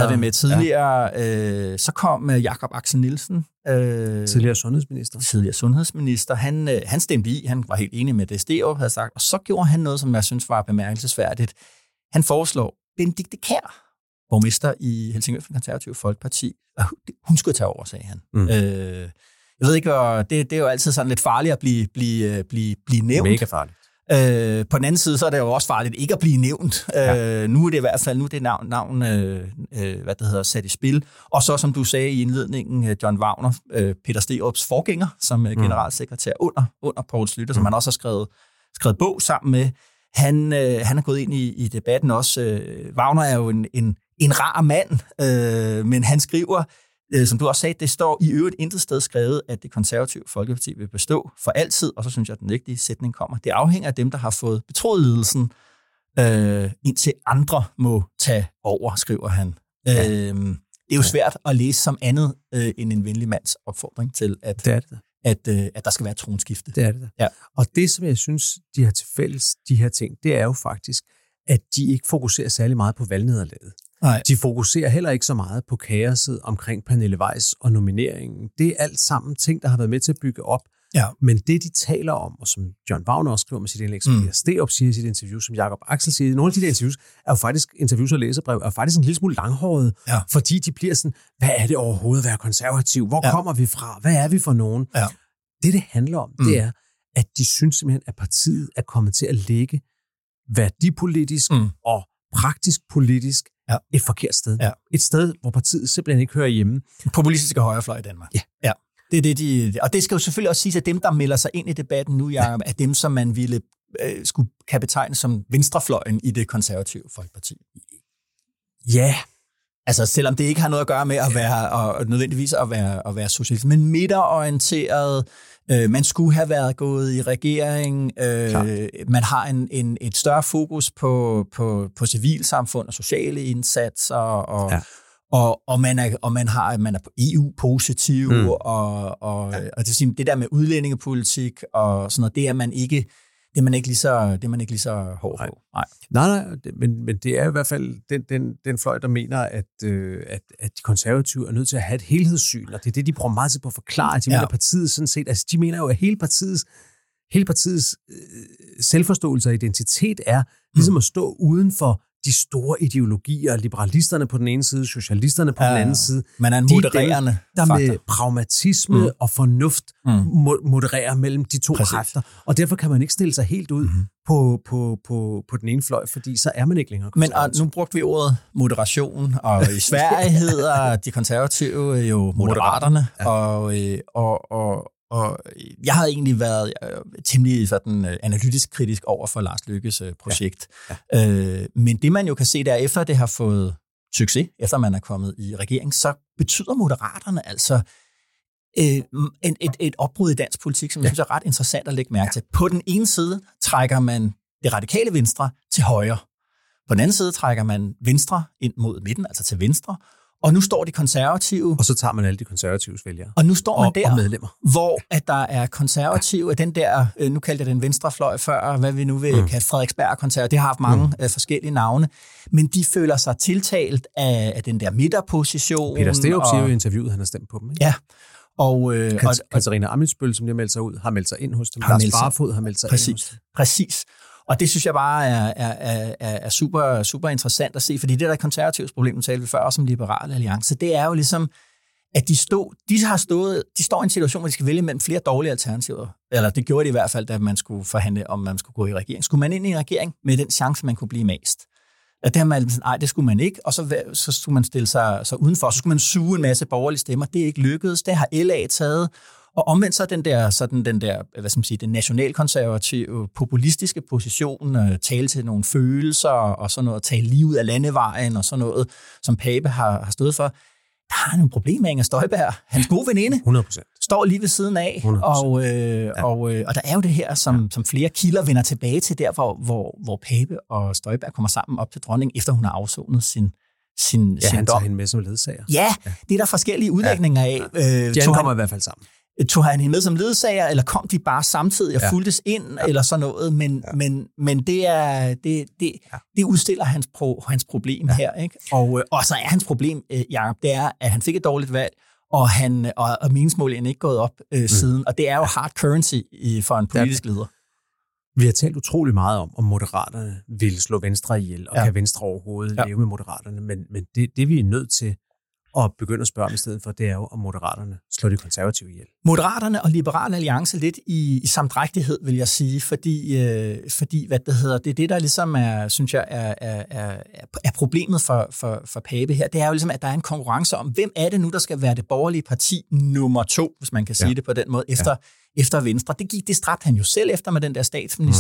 tidligere. Så kom Jakob Axel Nielsen. Tidligere sundhedsminister. Han stemte i. Han var helt enig med det, Sterup havde sagt. Og så gjorde han noget, som jeg synes var bemærkelsesværdigt. Han foreslår Benedikte Kjær, borgmester i Helsingør for Konservative Folkeparti. Hun skulle tage over, sagde han. Jeg ved ikke, det er jo altid sådan lidt farligt at blive nævnt. Mega farligt. På den anden side, så er det jo også farligt ikke at blive nævnt. Nu er det i hvert fald navn sat i spil. Og så, som du sagde i indledningen, John Wagner, Peter Sterups forgænger som generalsekretær under Poul Schlüter, som han også har skrevet bog sammen med. Han er gået ind i debatten også. Wagner er jo en rar mand, men han skriver, som du også sagde, det står i øvrigt intet sted skrevet, at det konservative Folkeparti vil bestå for altid, og så synes jeg, at den vigtige sætning kommer. Det afhænger af dem, der har fået betroet ledelsen, indtil andre må tage over, skriver han. Ja. Det er jo svært at læse som andet end en venlig mands opfordring til, at der skal være tronskifte. Det er det. Ja. Og det, som jeg synes, de har til fælles, de her ting, det er jo faktisk, at de ikke fokuserer særlig meget på valgnederlaget. Nej. De fokuserer heller ikke så meget på kaoset omkring Pernille Weiss og nomineringen. Det er alt sammen ting, der har været med til at bygge op. Ja. Men det, de taler om, og som John Wagner også skriver med sit indlæg, som Sterup siger i sit interview, som Jakob Axel siger, nogle af de der interviews er jo faktisk, interviews og læserbrev, er faktisk en lille smule langhåret, fordi de bliver sådan, hvad er det overhovedet at være konservativ? Hvor kommer vi fra? Hvad er vi for nogen? Ja. Det handler om, det er, at de synes simpelthen, at partiet er kommet til at ligge værdipolitisk og praktisk politisk et forkert sted. Ja. Et sted, hvor partiet simpelthen ikke hører hjemme. Populistiske højrefløj i Danmark. Ja. Det er det, og det skal jo selvfølgelig også sige, at dem, der melder sig ind i debatten nu, Jacob, er dem, som man ville kan betegne som venstrefløjen i det konservative Folkeparti. Ja. Altså, selvom det ikke har noget at gøre med at være, og nødvendigvis at være socialist, men midterorienteret. Man skulle have været gået i regering. Man har et større fokus på civilsamfund og sociale indsatser, og man er på EU-positiv, og det vil sige, det der med udlændingepolitik og sådan noget, det er man ikke lige så hård på. Nej, men det er i hvert fald den fløj, der mener, at de konservative er nødt til at have et helhedssyn, og det er det, de bruger meget til på at forklare, at de mener partiet sådan set, altså de mener jo, at hele partiets selvforståelse og identitet er ligesom at stå uden for de store ideologier, liberalisterne på den ene side, socialisterne på den anden side. Man er en modererende der med pragmatisme og fornuft modererer mellem de to kræfter. Og derfor kan man ikke stille sig helt ud på den ene fløj, fordi så er man ikke længere konservativ. Men nu brugte vi ordet moderation, og i Sverige hedder de konservative jo Moderaterne, og jeg har egentlig været temmelig sådan analytisk kritisk over for Lars Løkkes projekt. Men det man jo kan se, der efter det har fået succes, efter man er kommet i regering, så betyder Moderaterne altså et opbrud i dansk politik, som jeg synes er ret interessant at lægge mærke til. På den ene side trækker man det radikale venstre til højre. På den anden side trækker man venstre ind mod midten, altså til venstre. Og nu står de konservative. Og så tager man alle de konservatives vælgere. Og nu står man der, og medlemmer. Hvor at der er konservative af den der, nu kaldte jeg den venstrefløj før, hvad vi nu vil kalde Frederiksberg konservative. Det har haft mange forskellige navne. Men de føler sig tiltalt af den der midterposition. Peter Sterup siger jo i interviewet, han har stemt på dem. Ikke? Ja. Og Katarina Ammitzbøll, som de har meldt sig ud, har meldt sig ind hos dem. Lars Barfod har meldt sig ind hos dem. Præcis. Og det synes jeg bare er super, super interessant at se, fordi det der konservatives problem, nu talte vi før også om Liberale Alliance, det er jo ligesom, at de står i en situation, hvor de skal vælge mellem flere dårlige alternativer. Eller det gjorde de i hvert fald, da man skulle forhandle, om man skulle gå i regering. Skulle man ind i en regering med den chance, man kunne blive mest? At der man sådan, nej, det skulle man ikke, og så skulle man stille sig udenfor, så skulle man suge en masse borgerlige stemmer. Det er ikke lykkedes, det har LA taget. Og omvendt så den der, hvad skal man sige, den nationalkonservative, populistiske position, tale til nogle følelser og sådan noget, tale lige ud af landevejen og sådan noget, som Pape har stået for. Der er nogle problemer med Inger Støjberg. Hans gode veninde 100%. står lige ved siden af, og der er jo det her, som flere kilder vender tilbage til der, hvor Pape og Støjberg kommer sammen op til dronningen, efter hun har afsonet sin han tager dom. hende med som ledsager. Ja, det er der forskellige udlægninger af. De kommer i hvert fald sammen. Tog han hende med som ledsager, eller kom de bare samtidig og fulgtes ind, eller sådan noget, men det udstiller hans problem her, ikke? Og så er hans problem, Jacob, det er, at han fik et dårligt valg, og meningsmålingen er ikke gået op siden, og det er jo hard currency for en politisk leder. Vi har talt utrolig meget om Moderaterne vil slå Venstre ihjel, og kan Venstre overhovedet leve med Moderaterne, men det vi er nødt til at begynde at spørge om i stedet for, det er jo, om Moderaterne slår de konservative ihjel. Moderaterne og Liberale Alliance lidt i samdrægtighed, vil jeg sige, fordi hvad det hedder, det er det, der ligesom er, synes jeg, er problemet for Pape her. Det er jo ligesom, at der er en konkurrence om, hvem er det nu, der skal være det borgerlige parti nummer 2, hvis man kan sige det på den måde, efter Venstre. Det stræbte han jo selv efter med den der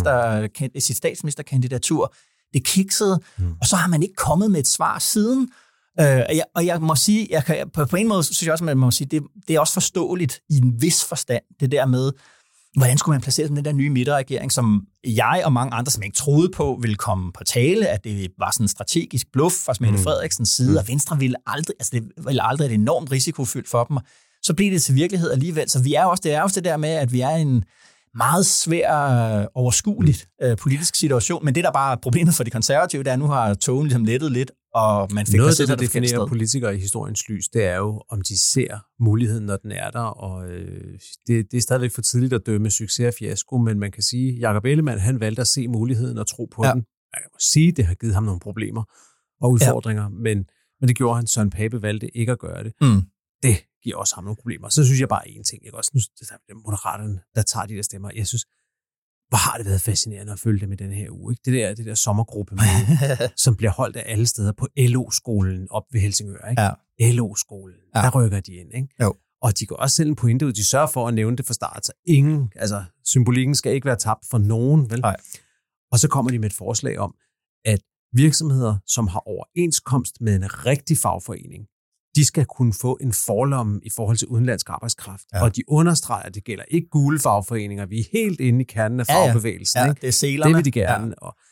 sit statsministerkandidatur. Det kiksede, og så har man ikke kommet med et svar siden. Og jeg må sige, på en måde synes jeg også, at man må sige, det er også forståeligt i en vis forstand, det der med, hvordan skulle man placere den der nye midterregering, som jeg og mange andre, som ikke troede på, ville komme på tale, at det var sådan en strategisk bluff fra Mette Frederiksens side, og Venstre ville aldrig, det ville aldrig et enormt risikofyldt for dem. Så blev det til virkelighed alligevel. Så det er også det der med, at vi er i en meget svær, overskueligt politisk situation, men det der bare er problemet for de konservative, det er, at nu har togen ligesom lettet lidt, og man fik noget af det, der definerer politikere i historiens lys, det er jo, om de ser muligheden, når den er der, og det er stadigvæk for tidligt at dømme succes og fiasko, men man kan sige, at Jacob Ellemann, han valgte at se muligheden og tro på den. Jeg må sige, det har givet ham nogle problemer og udfordringer, men det gjorde han. Søren Pape valgte ikke at gøre det. Det giver også ham nogle problemer. Så synes jeg bare én ting, ikke? Også nu det er Moderaterne, der tager de der stemmer. Jeg synes, hvor har det været fascinerende at følge dem i den her uge. Ikke? Det der sommergruppe, som bliver holdt af alle steder på LO-skolen op ved Helsingør. Ikke? Ja. LO-skolen, der rykker de ind. Ikke? Jo. Og de går også selv en pointe ud. De sørger for at nævne det fra start. Så symbolikken skal ikke være tabt for nogen. Vel? Og så kommer de med et forslag om, at virksomheder, som har overenskomst med en rigtig fagforening, de skal kunne få en forlomme i forhold til udenlandsk arbejdskraft. Ja. Og de understreger, at det gælder ikke gule fagforeninger. Vi er helt inde i kernen af fagbevægelsen. Ja, det er selerne. Det vil de gerne. Ja. Og,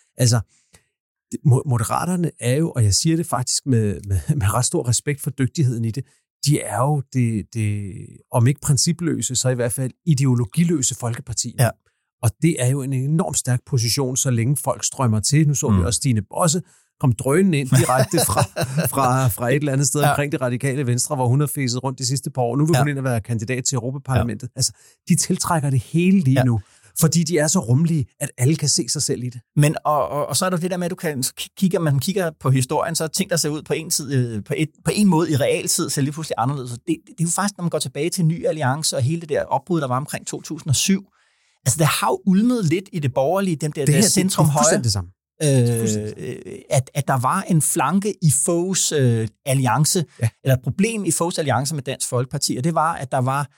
Moderaterne er jo, og jeg siger det faktisk med ret stor respekt for dygtigheden i det, de er jo det om ikke principløse, så i hvert fald ideologiløse folkeparti. Ja. Og det er jo en enormt stærk position, så længe folk strømmer til. Nu så vi også Stine Bosse kom drønende ind direkte fra et eller andet sted omkring det radikale Venstre, hvor hun har fæset rundt de sidste par år. Nu vil hun ind og være kandidat til Europaparlamentet. Altså, de tiltrækker det hele lige nu, fordi de er så rummelige, at alle kan se sig selv i det. Men og så er der det der med, at man kigger på historien, så ting, der ser ud på en måde i realtid, ser lige pludselig anderledes. Det er jo faktisk, når man går tilbage til Ny Alliance og hele det der opbrud, der var omkring 2007. Altså, der har jo ulmet lidt i det borgerlige, dem der centrum-højre. Det samme. At der var en flanke i Foghs alliance, eller et problem i Foghs alliance med Dansk Folkeparti, og det var, at der var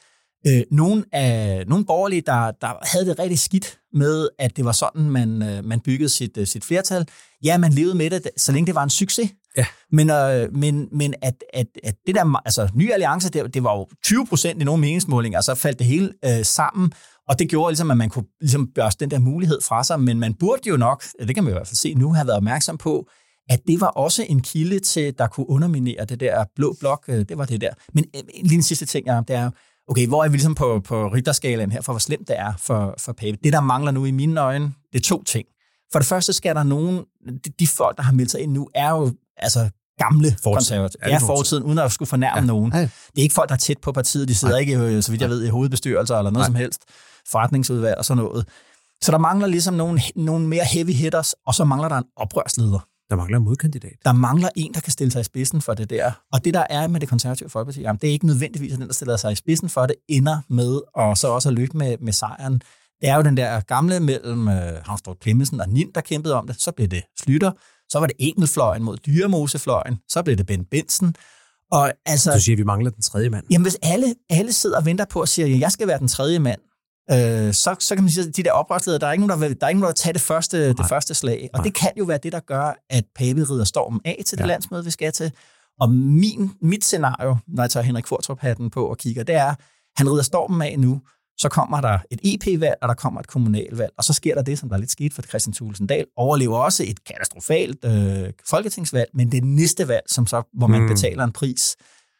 nogle borgerlige, der havde det rigtig skidt med, at det var sådan, man byggede sit flertal. Ja, man levede med det, så længe det var en succes. Ja. Men at det der, altså Ny Alliance, det var jo 20% i nogle meningsmålinger, og så faldt det hele sammen. Og det gjorde ligesom, at man kunne ligesom børste den der mulighed fra sig, men man burde jo nok, det kan man i hvert fald se nu, have været opmærksom på, at det var også en kilde til, der kunne underminere det der blå blok. Det var det der. Men lige en sidste ting, det er, okay, hvor er vi ligesom på Richterskalaen her, for hvor slemt det er for Pape? Det, der mangler nu i mine øjne, det er 2 ting. For det første skal der nogen, de folk, der har meldt sig ind nu, er jo altså gamle konservative. Det er fortiden, uden at skulle fornærme nogen. Det er ikke folk, der er tæt på partiet. De sidder ikke, så vidt jeg ved, i hovedbestyrelser eller noget som helst. Forretningsudvalg og sådan noget. Så der mangler ligesom nogle mere heavy hitters, og så mangler der en oprørsleder. Der mangler en modkandidat. Der mangler en, der kan stille sig i spidsen for det der. Og det, der er med det konservative Folkeparti, det er ikke nødvendigvis, at den, der stiller sig i spidsen for det, ender med og så også at løbe med sejren. Det er jo den der gamle mellem Havnstrup Clemmensen og Nind, der kæmpede om det. Så blev det Schlüter. Så var det Engelfløjen mod Dyremosefløjen. Så blev det Bent Bentzen. Og altså, du siger, at vi mangler den tredje mand. Jamen, hvis alle sidder og venter på at sige, at jeg skal være den tredje mand, så kan man sige, at de der oprørsledere, der er ikke nogen, der vil tage det første slag. Og det kan jo være det, der gør, at Pape rider stormen af til det landsmøde, vi skal til. Og mit scenario, når jeg tager Henrik Qvortrup-hatten på og kigger, det er, han rider stormen af nu, så kommer der et EP-valg, og der kommer et kommunalvalg, og så sker der det, som der er lidt sket for Kristian Thulesen Dahl, overlever også et katastrofalt folketingsvalg, men det næste valg, som så, hvor man betaler en pris,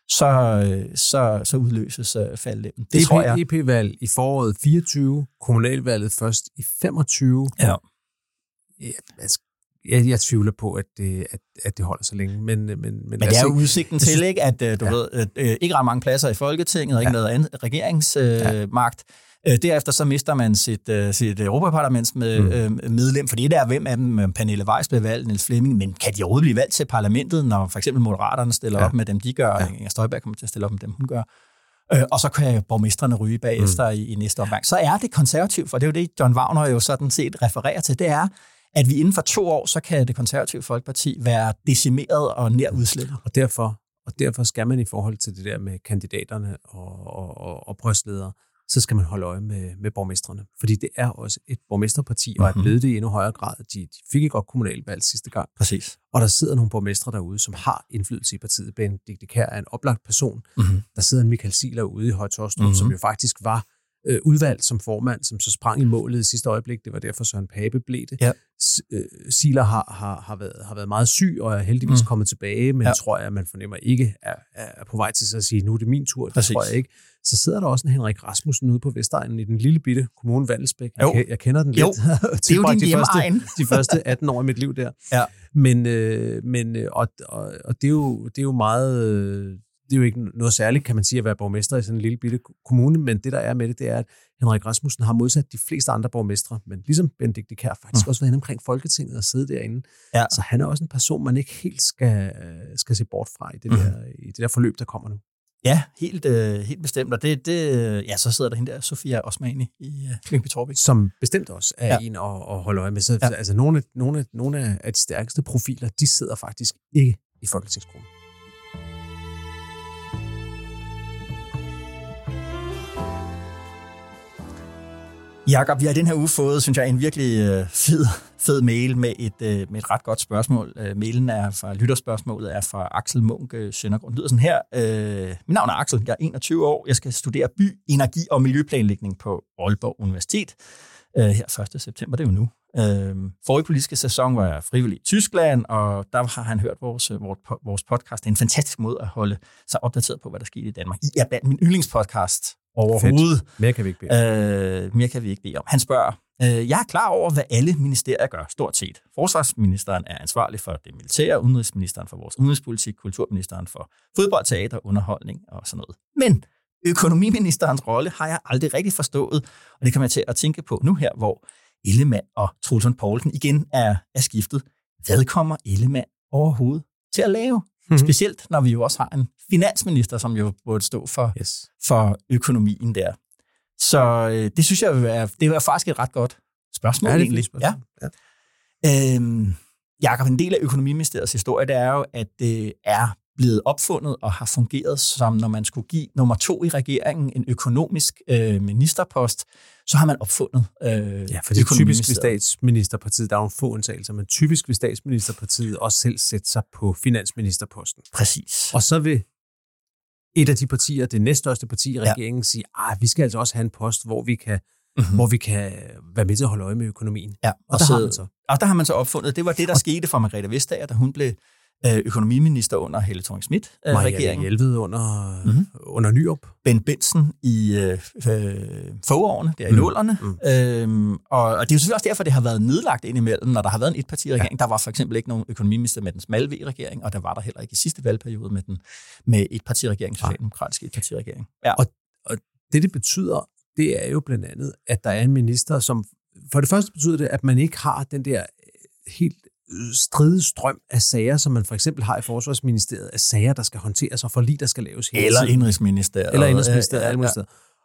så udløses faldlemmen. Det tror jeg. EP-valg i foråret 24, kommunalvalget først i 25. Ja. Jeg tvivler på, at det holder så længe. Men det er jo udsigten til, ikke, at du ved, ikke ret mange pladser i Folketinget, og ikke noget andet regeringsmagt. Derefter så mister man sit Europaparlamentsmedlem, fordi der er hvem af dem, Pernille Weiss blev valgt, Niels Flemming, men kan de overhovedet blive valgt til parlamentet, når for eksempel Moderaterne stiller op med dem, de gør, og Inger Støjberg kommer til at stille op med dem, hun gør. Og så kan borgmestrene ryge bagefter i næste omgang. Så er det konservativt, for det er jo det, John Wagner jo sådan set refererer til, det er, at vi inden for 2 år, så kan det konservative Folkeparti være decimeret og nær udslettet. Og derfor skal man i forhold til det der med kandidaterne og brystledere, så skal man holde øje med borgmestrene. Fordi det er også et borgmesterparti, og er blevet det i endnu højere grad. De fik ikke godt kommunalvalg sidste gang. Præcis. Og der sidder nogle borgmestre derude, som har indflydelse i partiet. Benedikte Kjær er en oplagt person. Der sidder en Michael Ziegler ude i Høje-Taastrup, som jo faktisk var udvalgt som formand, som så sprang i målet i sidste øjeblik. Det var derfor Søren Pape blev det. Ja. Ziegler har været meget syg, og er heldigvis kommet tilbage, men tror jeg, at man fornemmer ikke er på vej til at sige, nu er det min tur. Det tror jeg ikke. Så sidder der også en Henrik Rasmussen ude på Vestegnen i den lille bitte kommune Vallensbæk. Jeg kender den lidt. Det er jo din hjemmeegn. De første 18 år i mit liv der. Ja. Men det er jo meget... Det er jo ikke noget særligt, kan man sige, at være borgmester i sådan en lille bitte kommune, men det, der er med det er, at Henrik Rasmussen har modsat de fleste andre borgmestre, men ligesom Benedikte Kjær faktisk også været inde omkring Folketinget og sidde derinde. Ja. Så han er også en person, man ikke helt skal se bort fra i det der forløb, der kommer nu. Ja, helt bestemt. Og så sidder der hende der, Sofia Osmani i Lyngby-Taarbæk. Som bestemt også er en at holde øje med. Så altså, nogle af de stærkeste profiler, de sidder faktisk ikke i Folketingsgruppen. Jakob, vi har i den her uge fået, synes jeg, en virkelig fed mail med et ret godt spørgsmål. Mailen er fra lytterspørgsmålet, er fra Axel Munk Søndergaard. Den lyder sådan her. Mit navn er Axel, jeg er 21 år. Jeg skal studere by, energi og miljøplanlægning på Aalborg Universitet. Her 1. september, det er jo nu. Forrige politiske sæson var jeg frivillig i Tyskland, og der har han hørt vores podcast. Det er en fantastisk måde at holde sig opdateret på, hvad der sker i Danmark. I er blandt min yndlingspodcast overhovedet. Fedt. Mere kan vi ikke bede om. Han spørger, jeg er klar over, hvad alle ministerier gør, stort set. Forsvarsministeren er ansvarlig for det militære, udenrigsministeren for vores udenrigspolitik, kulturministeren for fodbold, teater, underholdning og sådan noget. Men økonomiministerens rolle har jeg aldrig rigtig forstået, og det kommer jeg til at tænke på nu her, hvor Ellemann og Troels Lund Poulsen igen er skiftet. Hvad kommer Ellemann overhovedet til at lave? Specielt, når vi jo også har en finansminister, som jo burde stå for økonomien der. Så det synes jeg, det er faktisk et ret godt spørgsmål egentlig. Ja. Jakob, en del af økonomiministeriets historie, det er jo, at det er blevet opfundet og har fungeret som, når man skulle give nummer 2 i regeringen en økonomisk ministerpost, så har man opfundet for det er typisk ved statsministerpartiet, der er jo få undtagelser, men typisk ved statsministerpartiet også selv sætte sig på finansministerposten. Præcis. Og så vil et af de partier, det næststørste parti i regeringen, sige, vi skal altså også have en post, hvor vi kan hvor vi kan være med til at holde øje med økonomien. Ja, og der har man så opfundet, det var det, der skete for Margrethe Vestager, da hun blev økonomiminister under Helle Thorning-Schmidt-regeringen. Hjelved under Nyrup. Ben Benson i forårene, der i nullerne. Og det er jo selvfølgelig også derfor, det har været nedlagt indimellem, når der har været en etpartiregering. Der var for eksempel ikke nogen økonomiminister med den smalle V-regering, og der var der heller ikke i sidste valgperiode med etpartiregering, socialdemokratisk etpartiregering. Ja. Og det betyder, det er jo blandt andet, at der er en minister, som for det første betyder det, at man ikke har den der helt stridestrøm af sager, som man for eksempel har i Forsvarsministeriet, af sager, der skal håndteres og forlig, der skal laves hele tiden. Eller Indrigsministeriet.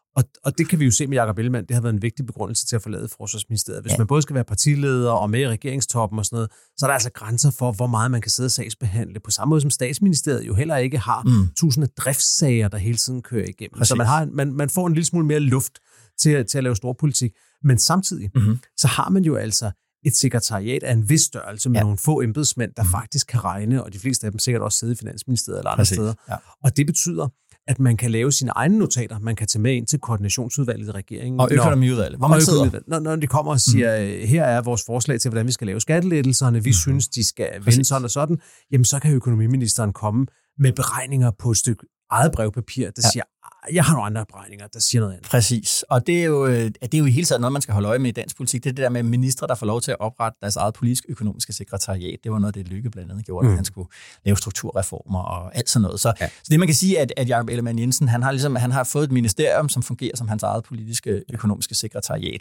Og det kan vi jo se med Jakob Ellemann. Det har været en vigtig begrundelse til at forlade Forsvarsministeriet. Hvis man både skal være partileder og med i regeringstoppen og sådan noget, så er der altså grænser for, hvor meget man kan sidde og sagsbehandle. På samme måde som Statsministeriet jo heller ikke har tusinde driftssager, der hele tiden kører igennem. Præcis. Så man får en lille smule mere luft til at lave storpolitik. Men samtidig, så har man jo altså et sekretariat af en vis størrelse med nogle få embedsmænd, der faktisk kan regne, og de fleste af dem sikkert også sidde i Finansministeriet eller andre steder. Ja. Og det betyder, at man kan lave sine egne notater, man kan tage med ind til koordinationsudvalget i regeringen. Og økonomiudvalget, hvor man sidder. Når de kommer og siger, her er vores forslag til, hvordan vi skal lave skattelettelserne, vi synes, de skal vende sådan og sådan, jamen så kan økonomiministeren komme med beregninger på et stykke eget brevpapir, der siger, jeg har nogle andre beregninger, der siger noget andet. Præcis, og det er jo i hele taget noget, man skal holde øje med i dansk politik. Det er det der med ministre, der får lov til at oprette deres eget politisk-økonomiske sekretariat. Det var noget, det Lykke blandt andet gjorde, at han skulle lave strukturreformer og alt sådan noget. Så det man kan sige, at Jakob Ellemann-Jensen, han har fået et ministerium, som fungerer som hans eget politiske økonomiske sekretariat.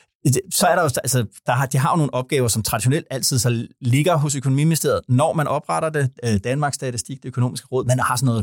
Så er der jo, altså, de har jo nogle opgaver, som traditionelt altid så ligger hos Økonomiministeriet, når man opretter det. Danmarks Statistik, det økonomiske råd, man har sådan noget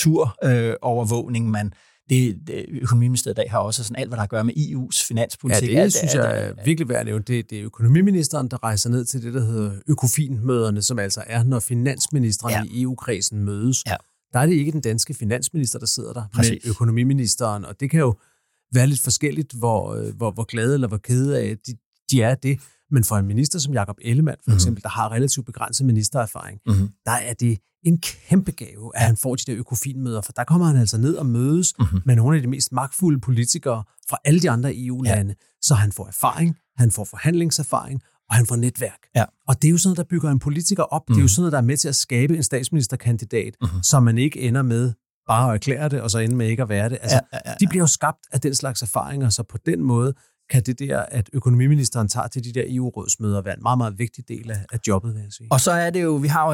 konjunkturovervågning, Økonomiministeriet i dag har også sådan alt, hvad der har at gøre med EU's finanspolitik. Ja, det synes jeg er virkelig værd at nævne. Det er økonomiministeren, der rejser ned til det, der hedder Økofin-møderne, som altså er, når finansministrene i EU-kredsen mødes. Ja. Der er det ikke den danske finansminister, der sidder der, men økonomiministeren, og det kan jo være lidt forskelligt, hvor glade eller hvor kede af de er det. Men for en minister som Jakob Ellemann, for eksempel, der har relativt begrænset ministererfaring, der er det en kæmpe gave, at han får de der økofinmøder, for der kommer han altså ned og mødes med nogle af de mest magtfulde politikere fra alle de andre EU-lande, så han får erfaring, han får forhandlingserfaring, og han får netværk. Ja. Og det er jo sådan noget, der bygger en politiker op. Det er jo sådan noget, der er med til at skabe en statsministerkandidat, så man ikke ender med bare at erklære det, og så ende med ikke at være det. Altså, de bliver jo skabt af den slags erfaringer, så på den måde kan det der, at økonomiministeren tager til de der EU-rådsmøder, være en meget, meget vigtig del af jobbet, vil jeg sige. Og så er det jo, vi har jo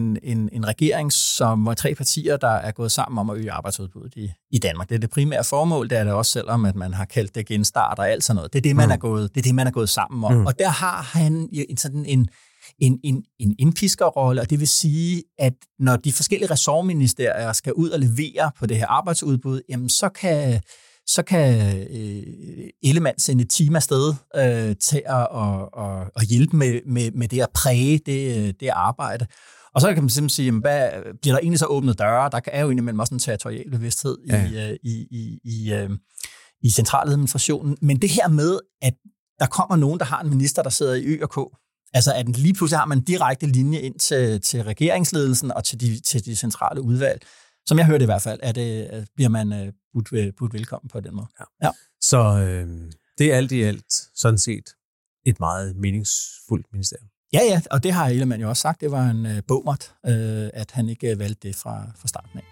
en regering, som er 3 partier, der er gået sammen om at øge arbejdsudbuddet i Danmark. Det er det primære formål, det er det også, selvom at man har kaldt det genstart og alt sådan noget. Det er det, man er gået sammen om. Og der har han sådan en indpiskerrolle, og det vil sige, at når de forskellige ressortministerier skal ud og levere på det her arbejdsudbud, jamen så kan Ellemann sende et team afsted til at hjælpe med det at præge det arbejde. Og så kan man simpelthen sige, hvad bliver der egentlig så åbnet døre? Der er jo indimellem også en territorial bevidsthed i centraladministrationen. Men det her med, at der kommer nogen, der har en minister, der sidder i Ø og K, altså at lige pludselig har man en direkte linje ind til regeringsledelsen og til de centrale udvalg. Som jeg hørte i hvert fald, bliver man budt velkommen på den måde. Ja. Så det er alt i alt sådan set et meget meningsfuldt ministerium. Ja, og det har Ellemann jo også sagt. Det var en bommert, at han ikke valgte det fra starten af.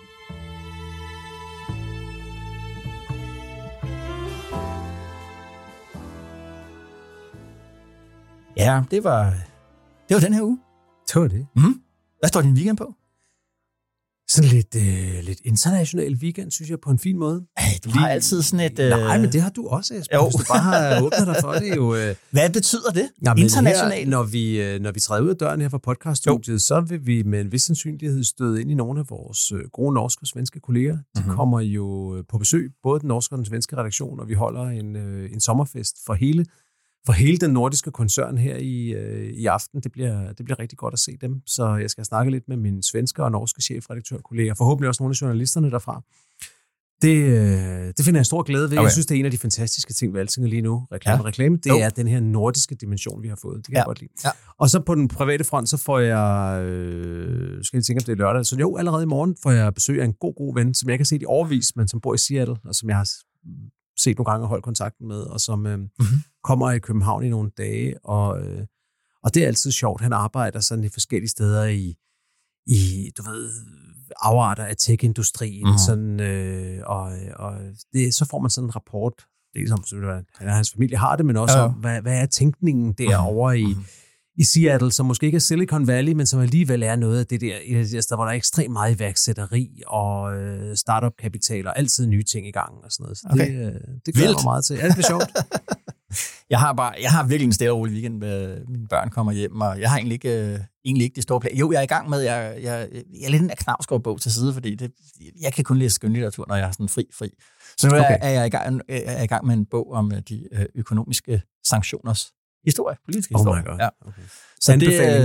Ja, det var den her uge. Det var det. Hvad står din weekend på? Sådan lidt international weekend, synes jeg, på en fin måde. Du har altid sådan et... Nej, men det har du også, Esben. Hvis du bare har åbnet dig for det. Jo. Hvad betyder det? Internationalt? Når vi træder ud af døren her fra podcaststudiet, så vil vi med en vis sandsynlighed støde ind i nogle af vores gode norske og svenske kolleger. De kommer jo på besøg, både den norske og den svenske redaktion, og vi holder en sommerfest for hele den nordiske koncern her i aften. Det bliver rigtig godt at se dem. Så jeg skal snakke lidt med mine svenske og norske chefredaktørkolleger. Forhåbentlig også nogle af journalisterne derfra. Det finder jeg stor glæde ved. Okay. Jeg synes, det er en af de fantastiske ting ved Altinget lige nu. Reklame. Det er den her nordiske dimension, vi har fået. Det kan jeg godt lide. Ja. Og så på den private front, så får jeg... skal jeg tænke, om det er lørdag. Så jo, allerede i morgen får jeg besøg af en god ven, som jeg ikke har set i årevis, men som bor i Seattle, og som jeg har set nogle gange og holdt kontakten med, og som kommer i København i nogle dage, og det er altid sjovt. Han arbejder sådan i forskellige steder i du ved, afarter af tech-industrien, sådan, og det, så får man sådan en rapport, det er som hvordan hans familie har det, men også om, hvad er tænkningen derovre i Seattle, som måske ikke er Silicon Valley, men som alligevel er noget af det der, et af de der, hvor der er ekstremt meget iværksætteri og startup-kapital og altid nye ting i gang og sådan noget. Så det glæder mig meget til. Ja, det er sjovt. Jeg har virkelig en stille og rolig weekend med mine børn kommer hjem, og jeg har egentlig ikke de store planer. Jo, jeg er i gang med, jeg er lidt en af Knausgård-bog til side, fordi jeg kan kun læse skønlitteratur, når jeg er sådan fri. Så nu er jeg i gang med en bog om de økonomiske sanktioners historie, politiske historie. Oh my God. Ja. Okay. Så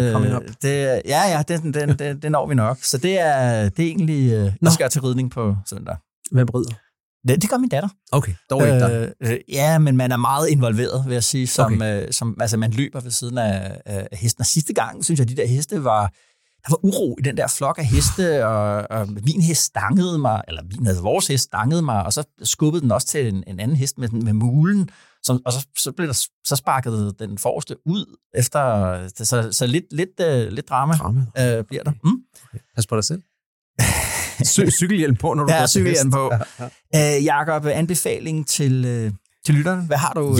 det når vi nok. Så det er egentlig, jeg skal til ridning på søndag. Hvem rider? Det gør min datter. Okay, dog ikke dig. Ja, men man er meget involveret, vil jeg sige, som altså man løber ved siden af hesten. Og sidste gang, synes jeg, de der heste der var uro i den der flok af heste, og min hest stangede mig, eller vores hest stangede mig, og så skubbede den også til en anden hest med mulen, og så sparkede den forreste ud efter, så lidt drama bliver der. Okay. Pas på dig selv. Cykelhjelm på, når du går til hest. På. Jakob, anbefaling til lytterne. Hvad har du?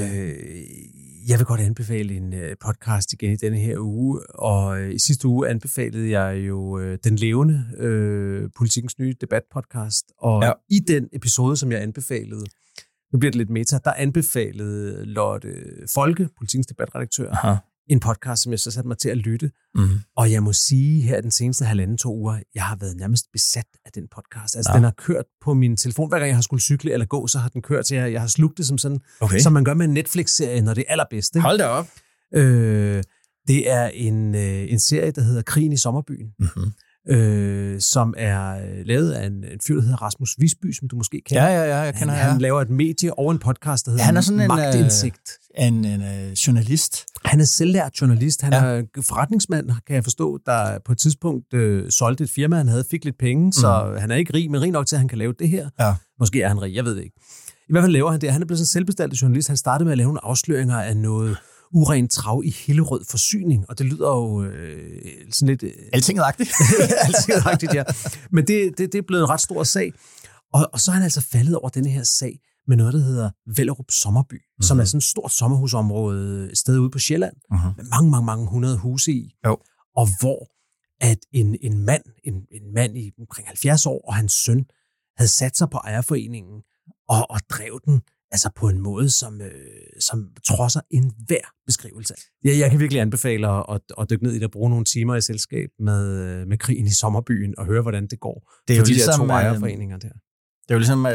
Jeg vil godt anbefale en podcast igen i denne her uge, og i sidste uge anbefalede jeg jo Den Levende, Politikens nye debatpodcast, og i den episode, som jeg anbefalede, nu bliver det lidt meta, der anbefalede Lotte Folke, Politikens debatredaktør, en podcast, som jeg så satte mig til at lytte. Og jeg må sige, her den seneste 1,5-2 uger, jeg har været nærmest besat af den podcast. Altså, den har kørt på min telefon. Hver gang jeg har skulle cykle eller gå, så har den kørt til, jeg har slugt det som sådan, som man gør med en Netflix-serie, når det er allerbedste. Hold da op. Det er en serie, der hedder Krigen i Sommerbyen, som er lavet af en fyr, der hedder Rasmus Visby, som du måske kender. Ja, jeg kender han laver et medie og en podcast, der hedder Magtindsigt. En journalist. Han er selvlært journalist. Han er forretningsmand, kan jeg forstå, der på et tidspunkt solgte et firma, han havde, fik lidt penge, så han er ikke rig, men rig nok til, at han kan lave det her. Ja. Måske er han rig, jeg ved det ikke. I hvert fald laver han det. Han er blevet sådan en selvbestaltet journalist. Han startede med at lave nogle afsløringer af noget urent trav i Hillerød Forsyning, og det lyder jo sådan lidt... Altinget-agtigt. Altinget-agtigt, ja. Men det er blevet en ret stor sag. Og så er han altså faldet over denne her sag med noget, der hedder Vellerup Sommerby, som er sådan et stort sommerhusområde, et sted ude på Sjælland, med mange hundrede huse i. Jo. Og hvor at en mand i omkring 70 år og hans søn havde sat sig på ejerforeningen og drev den altså på en måde, som trodser enhver beskrivelse. Jeg kan virkelig anbefale at dykke ned i det og bruge nogle timer i selskab med Krigen i Sommerbyen og høre, hvordan det går. Det er jo de ligesom, der 2 ejerforeninger der. Det er jo ligesom,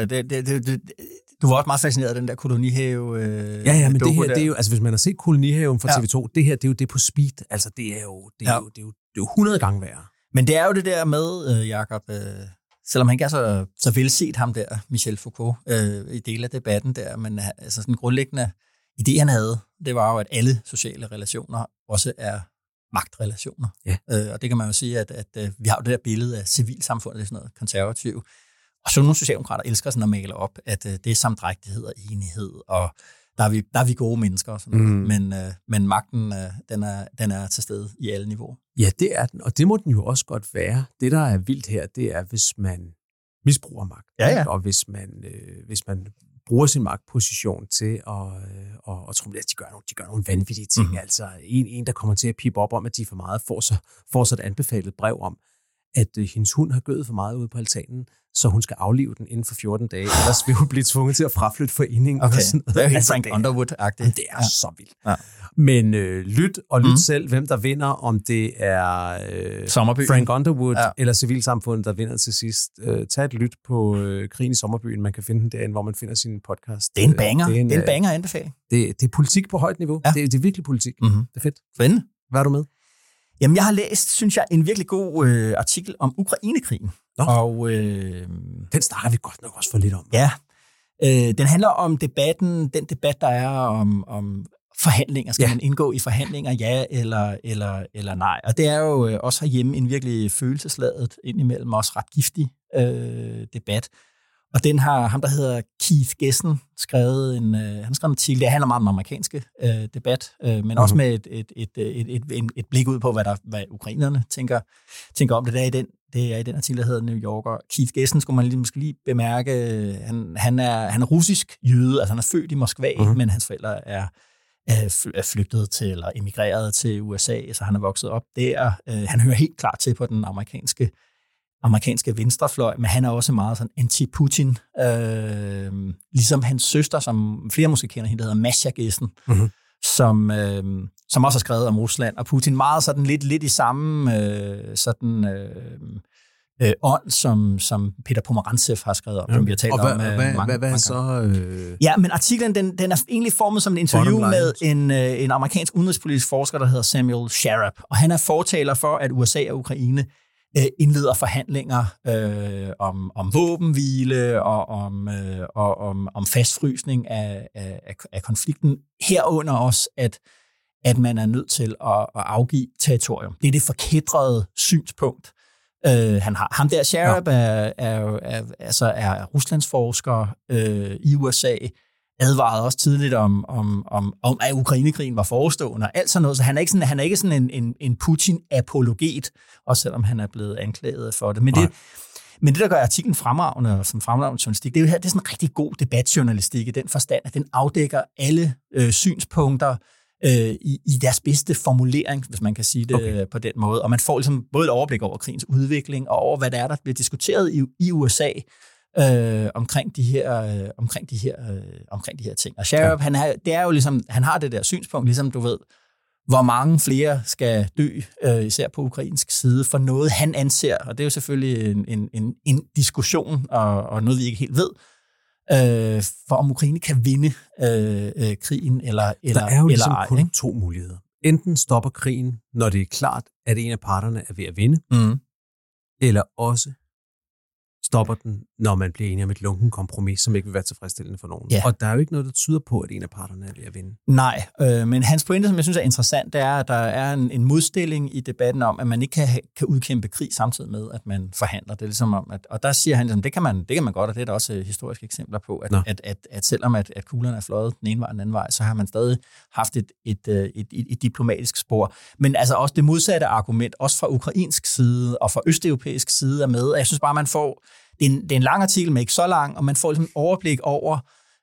du var også meget fascineret af den der kolonihave. Ja, men det her, det er jo, altså hvis man har set kolonihaven fra TV2, det her, det er jo det på speed. Altså det er jo 100 gange værre. Men det er jo det der med, Jakob, selvom han ikke er så velset ham der, Michel Foucault, i del af debatten der, men altså sådan grundlæggende idé, han havde, det var jo, at alle sociale relationer også er magtrelationer. Ja. Og det kan man jo sige, at vi har jo det der billede af civilsamfundet, det er sådan noget konservativt. Og så nogle socialdemokrater elsker sådan at male op, at det er samdrægtighed og enighed, og der er vi gode mennesker og sådan noget. Men magten, den er til stede i alle niveauer. Ja, det er den, og det må den jo også godt være. Det, der er vildt her, det er, hvis man misbruger magt. Ja. Og hvis man bruger sin magtposition til at tro, at de gør nogle vanvittige ting. Altså en, der kommer til at pipe op om, at de er for meget, får så et anbefalet brev om, at hendes hund har gødet for meget ude på altanen, så hun skal aflive den inden for 14 dage, ellers vil hun blive tvunget til at fraflytte foreningen. Okay. Det er helt Frank Underwood-agtigt. Det er så vildt. Ja. Men lyt selv, hvem der vinder, om det er Frank Underwood eller civilsamfundet, der vinder til sidst. Tag et lyt på Krigen i Sommerbyen. Man kan finde den derinde, hvor man finder sin podcast. Det er en banger. Det er en banger anbefaling. Det er politik på højt niveau. Ja. Det er virkelig politik. Det er fedt. Spændende. Hvad er du med? Jamen, jeg har læst, synes jeg, en virkelig god artikel om Ukrainekrigen. Og den snakker vi godt nok også for lidt om. Ja, den handler om den debat, der er om forhandlinger. Skal man indgå i forhandlinger, ja eller nej? Og det er jo også herhjemme en virkelig følelsesladet, indimellem også ret giftig debat. Og den har ham, der hedder Keith Gessen, skrevet en artikel. Det handler meget om den amerikanske debat, men også med et blik ud på, hvad ukrainerne tænker om det. Det er i den artikel, der hedder New Yorker. Keith Gessen skulle man måske lige bemærke. Han er russisk jøde, altså han er født i Moskva, men hans forældre er flygtet til eller emigreret til USA, så han er vokset op der. Han hører helt klart til på den amerikanske venstrefløj, men han er også meget sådan anti-Putin. Ligesom hans søster, som flere måske kender, hende, der hedder Masha Gessen, som også har skrevet om Rusland og Putin. Meget sådan lidt i samme ånd, som Peter Pomerantsev har skrevet om, som vi har talt om mange hvad så? Ja, men artiklen, den er egentlig formet som et interview med en amerikansk udenrigspolitisk forsker, der hedder Samuel Sharap, og han er fortaler for, at USA og Ukraine indleder forhandlinger om våbenhvile og om fastfrysning af konflikten. Herunder også, at man er nødt til at afgive territorium. Det er det forkædrede synspunkt. Han har ham der, Sharap, er Ruslandsforsker i USA, advarede også tidligt om at Ukrainekrigen var forestående og alt sådan noget, så han er ikke sådan en Putin-apologet, også selvom han er blevet anklaget for det. Men det, der gør artiklen fremragende, og som fremragende journalistik, det er jo her, det er sådan en rigtig god debatjournalistik i den forstand, at den afdækker alle synspunkter i deres bedste formulering, hvis man kan sige det på den måde. Og man får ligesom både et overblik over krigens udvikling, og over hvad der bliver diskuteret i USA, omkring de her ting. Og Sharap, det er jo ligesom, han har det der synspunkt, ligesom du ved, hvor mange flere skal dø, især på ukrainsk side, for noget han anser, og det er jo selvfølgelig en diskussion, og noget vi ikke helt ved, for om Ukraine kan vinde krigen eller der er jo ligesom ej, kun ikke? 2 muligheder. Enten stopper krigen, når det er klart, at en af parterne er ved at vinde, eller også stopper den, når man bliver enig om et lunken kompromis, som ikke vil være tilfredsstillende for nogen. Ja. Og der er jo ikke noget, der tyder på, at en af parterne er ved at vinde. Nej, men hans pointe, som jeg synes er interessant, det er, at der er en modstilling i debatten om, at man ikke kan udkæmpe krig samtidig med, at man forhandler. Det er ligesom om, og der siger han, ligesom, det kan man godt, og det er der også historiske eksempler på, at selvom at kuglerne er fløjet den ene vej og den anden vej, så har man stadig haft et diplomatisk spor. Men altså også det modsatte argument, også fra ukrainsk side og fra østeuropæisk side er med. Jeg synes bare, man får det er en lang artikel, men ikke så lang, og man får ligesom et overblik over,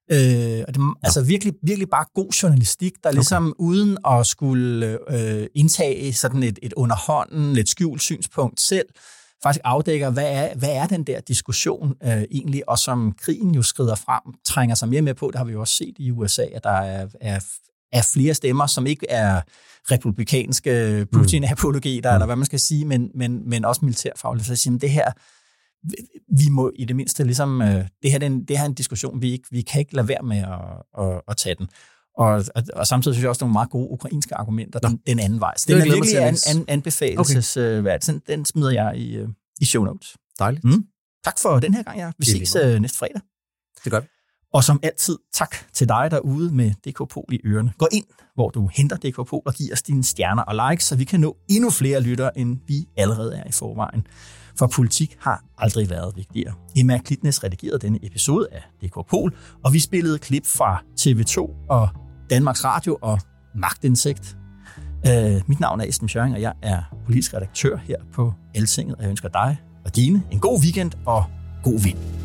altså virkelig bare god journalistik, der ligesom uden at skulle indtage sådan et underhånden, lidt skjult synspunkt selv, faktisk afdækker, hvad er den der diskussion egentlig, og som krigen jo skrider frem, trænger sig mere med på, det har vi jo også set i USA, at der er flere stemmer, som ikke er republikanske Putin-apologeter, eller hvad man skal sige, men også militærfagligt. Så jeg siger, det her, vi må i det mindste ligesom, det her er en diskussion, vi kan ikke lade være med at tage den. Og samtidig synes jeg også, der er nogle meget gode ukrainske argumenter den anden vej. Så den er virkelig anbefalesværd. Den smider jeg i show notes. Dejligt. Tak for den her gang, ja. Vi ses næste fredag. Det gør vi. Og som altid, tak til dig derude med DK Pol i ørerne. Gå ind, hvor du henter DK Pol og giver os dine stjerner og likes, så vi kan nå endnu flere lyttere, end vi allerede er i forvejen. For politik har aldrig været vigtigere. Emma Klitnes redigerede denne episode af DK Pol, og vi spillede klip fra TV2 og Danmarks Radio og Magtindsigt. Mit navn er Esben Schøring, og jeg er politisk redaktør her på Altinget, og jeg ønsker dig og dine en god weekend og god vind.